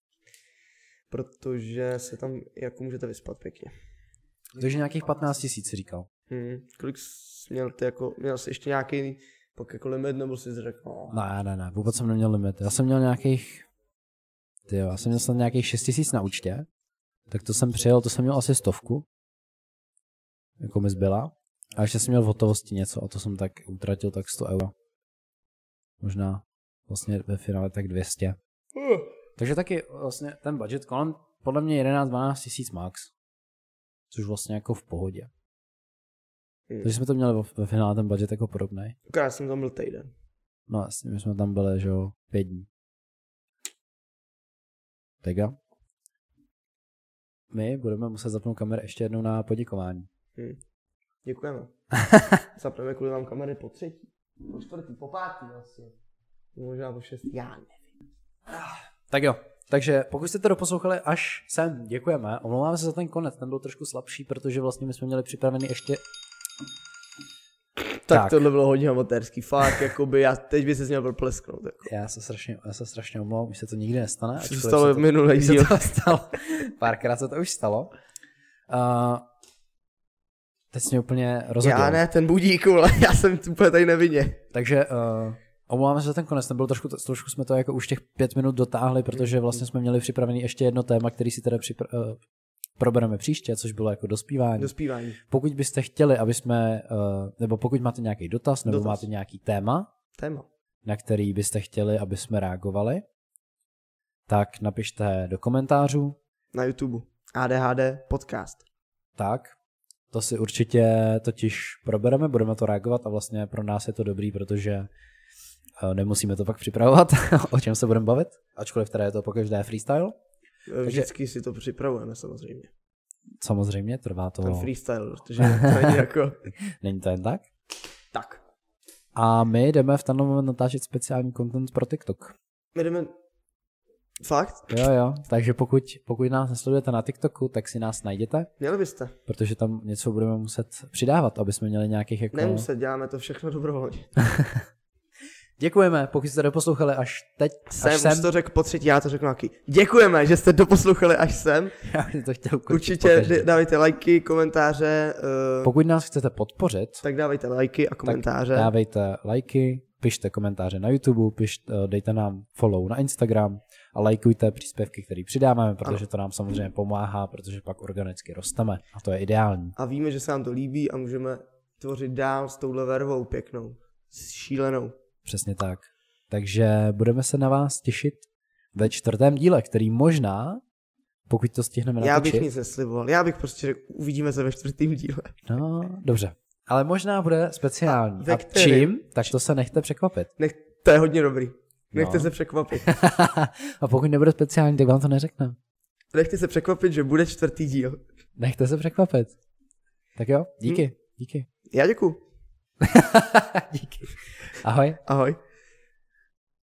[SPEAKER 2] Protože se tam jako můžete vyspat pěkně.
[SPEAKER 1] Takže nějakých 15 000 si říkal.
[SPEAKER 2] Kolik jsi měl ty jako, měl jsi ještě nějaký pak jako limit, nebo jsi řekl? No.
[SPEAKER 1] Ne, vůbec jsem neměl limit. Já jsem měl nějakých, já jsem měl nějakých 6 000 na účtě. Tak to jsem přijel, to jsem měl asi 100. Jako mi zbyla. A ještě jsem měl v hotovosti něco a to jsem tak utratil tak 100 euro. Možná vlastně ve finále tak 200. Takže taky vlastně ten budget kolem podle mě 11-12 tisíc max. Což vlastně jako v pohodě. Takže jsme to měli ve finále ten budget jako podobný.
[SPEAKER 2] Já jsem tam byl týden.
[SPEAKER 1] No jasně, my jsme tam byli, že jo, 5 dní. Tega. My budeme muset zapnout kamery ještě jednou na poděkování.
[SPEAKER 2] Děkujeme. Zapneme kvůli vám kamery po 3. Po 4. po 5. vlastně. Možná po 6. Já nevím.
[SPEAKER 1] Tak jo. Takže pokud jste to doposlouchali až sem, děkujeme. Omlouváme se za ten konec, ten byl trošku slabší, protože vlastně my jsme měli připravený ještě...
[SPEAKER 2] Tak tohle bylo hodně amatérský, fakt, jakoby já teď by se měl proplesknout. Jako.
[SPEAKER 1] Já se strašně omlouvám, už se to nikdy nestane.
[SPEAKER 2] To stalo v minulý díl.
[SPEAKER 1] Párkrát se to už stalo. Teď jsi mě úplně rozhodil.
[SPEAKER 2] Já ne, ten budík, ale já jsem úplně tady nevinně.
[SPEAKER 1] Takže omlouváme se za ten konec, ten byl trošku jsme to jako už těch 5 minut dotáhli, protože vlastně jsme měli připravený ještě jedno téma, který si teda probereme příště, což bylo jako dospívání. Pokud byste chtěli, aby jsme, nebo pokud máte nějaký dotaz, nebo máte nějaký téma, na který byste chtěli, aby jsme reagovali, tak napište do komentářů.
[SPEAKER 2] Na YouTube. ADHD podcast.
[SPEAKER 1] Tak, to si určitě totiž probereme, budeme to reagovat a vlastně pro nás je to dobrý, protože nemusíme to pak připravovat, o čem se budeme bavit, ačkoliv teda je to pokaždé freestyle.
[SPEAKER 2] Vždycky si to připravujeme samozřejmě.
[SPEAKER 1] Samozřejmě, trvá to...
[SPEAKER 2] Ten freestyle, protože to není jako...
[SPEAKER 1] Není to jen tak?
[SPEAKER 2] Tak.
[SPEAKER 1] A my jdeme v ten moment natáčet speciální content pro TikTok.
[SPEAKER 2] My jdeme Fakt?
[SPEAKER 1] Jo, takže pokud nás nesledujete na TikToku, tak si nás najděte.
[SPEAKER 2] Měli byste.
[SPEAKER 1] Protože tam něco budeme muset přidávat, aby jsme měli nějakých jako...
[SPEAKER 2] Nemuset, děláme to všechno dobrovolně.
[SPEAKER 1] Děkujeme, pokud jste doposlouchali až teď.
[SPEAKER 2] Už to řekl po třetí, já to řeknu taky. Děkujeme, že jste doposlouchali až sem.
[SPEAKER 1] Já bych to chtěl
[SPEAKER 2] určitě dávejte lajky, komentáře.
[SPEAKER 1] Pokud nás chcete podpořit,
[SPEAKER 2] tak dávejte lajky a komentáře.
[SPEAKER 1] Tak dávejte lajky, pište komentáře na YouTube, dejte nám follow na Instagram a lajkujte příspěvky, které přidáváme, protože to nám samozřejmě pomáhá, protože pak organicky rosteme a to je ideální.
[SPEAKER 2] A víme, že se nám to líbí a můžeme tvořit dál s touhle vervou pěknou, šílenou.
[SPEAKER 1] Přesně tak. Takže budeme se na vás těšit ve 4. díle, který možná, pokud to stihneme natočit...
[SPEAKER 2] Já bych nic nesliboval, já bych prostě řekl, uvidíme se ve 4. díle.
[SPEAKER 1] No, dobře. Ale možná bude speciální. A čím? Tak to se nechte překvapit.
[SPEAKER 2] To je hodně dobrý. Nechte se překvapit.
[SPEAKER 1] A pokud nebude speciální, tak vám to neřekne.
[SPEAKER 2] Nechte se překvapit, že bude 4. díl.
[SPEAKER 1] Nechte se překvapit. Tak jo, díky.
[SPEAKER 2] Já děkuju.
[SPEAKER 1] Díky. Ahoj.
[SPEAKER 2] Ahoj.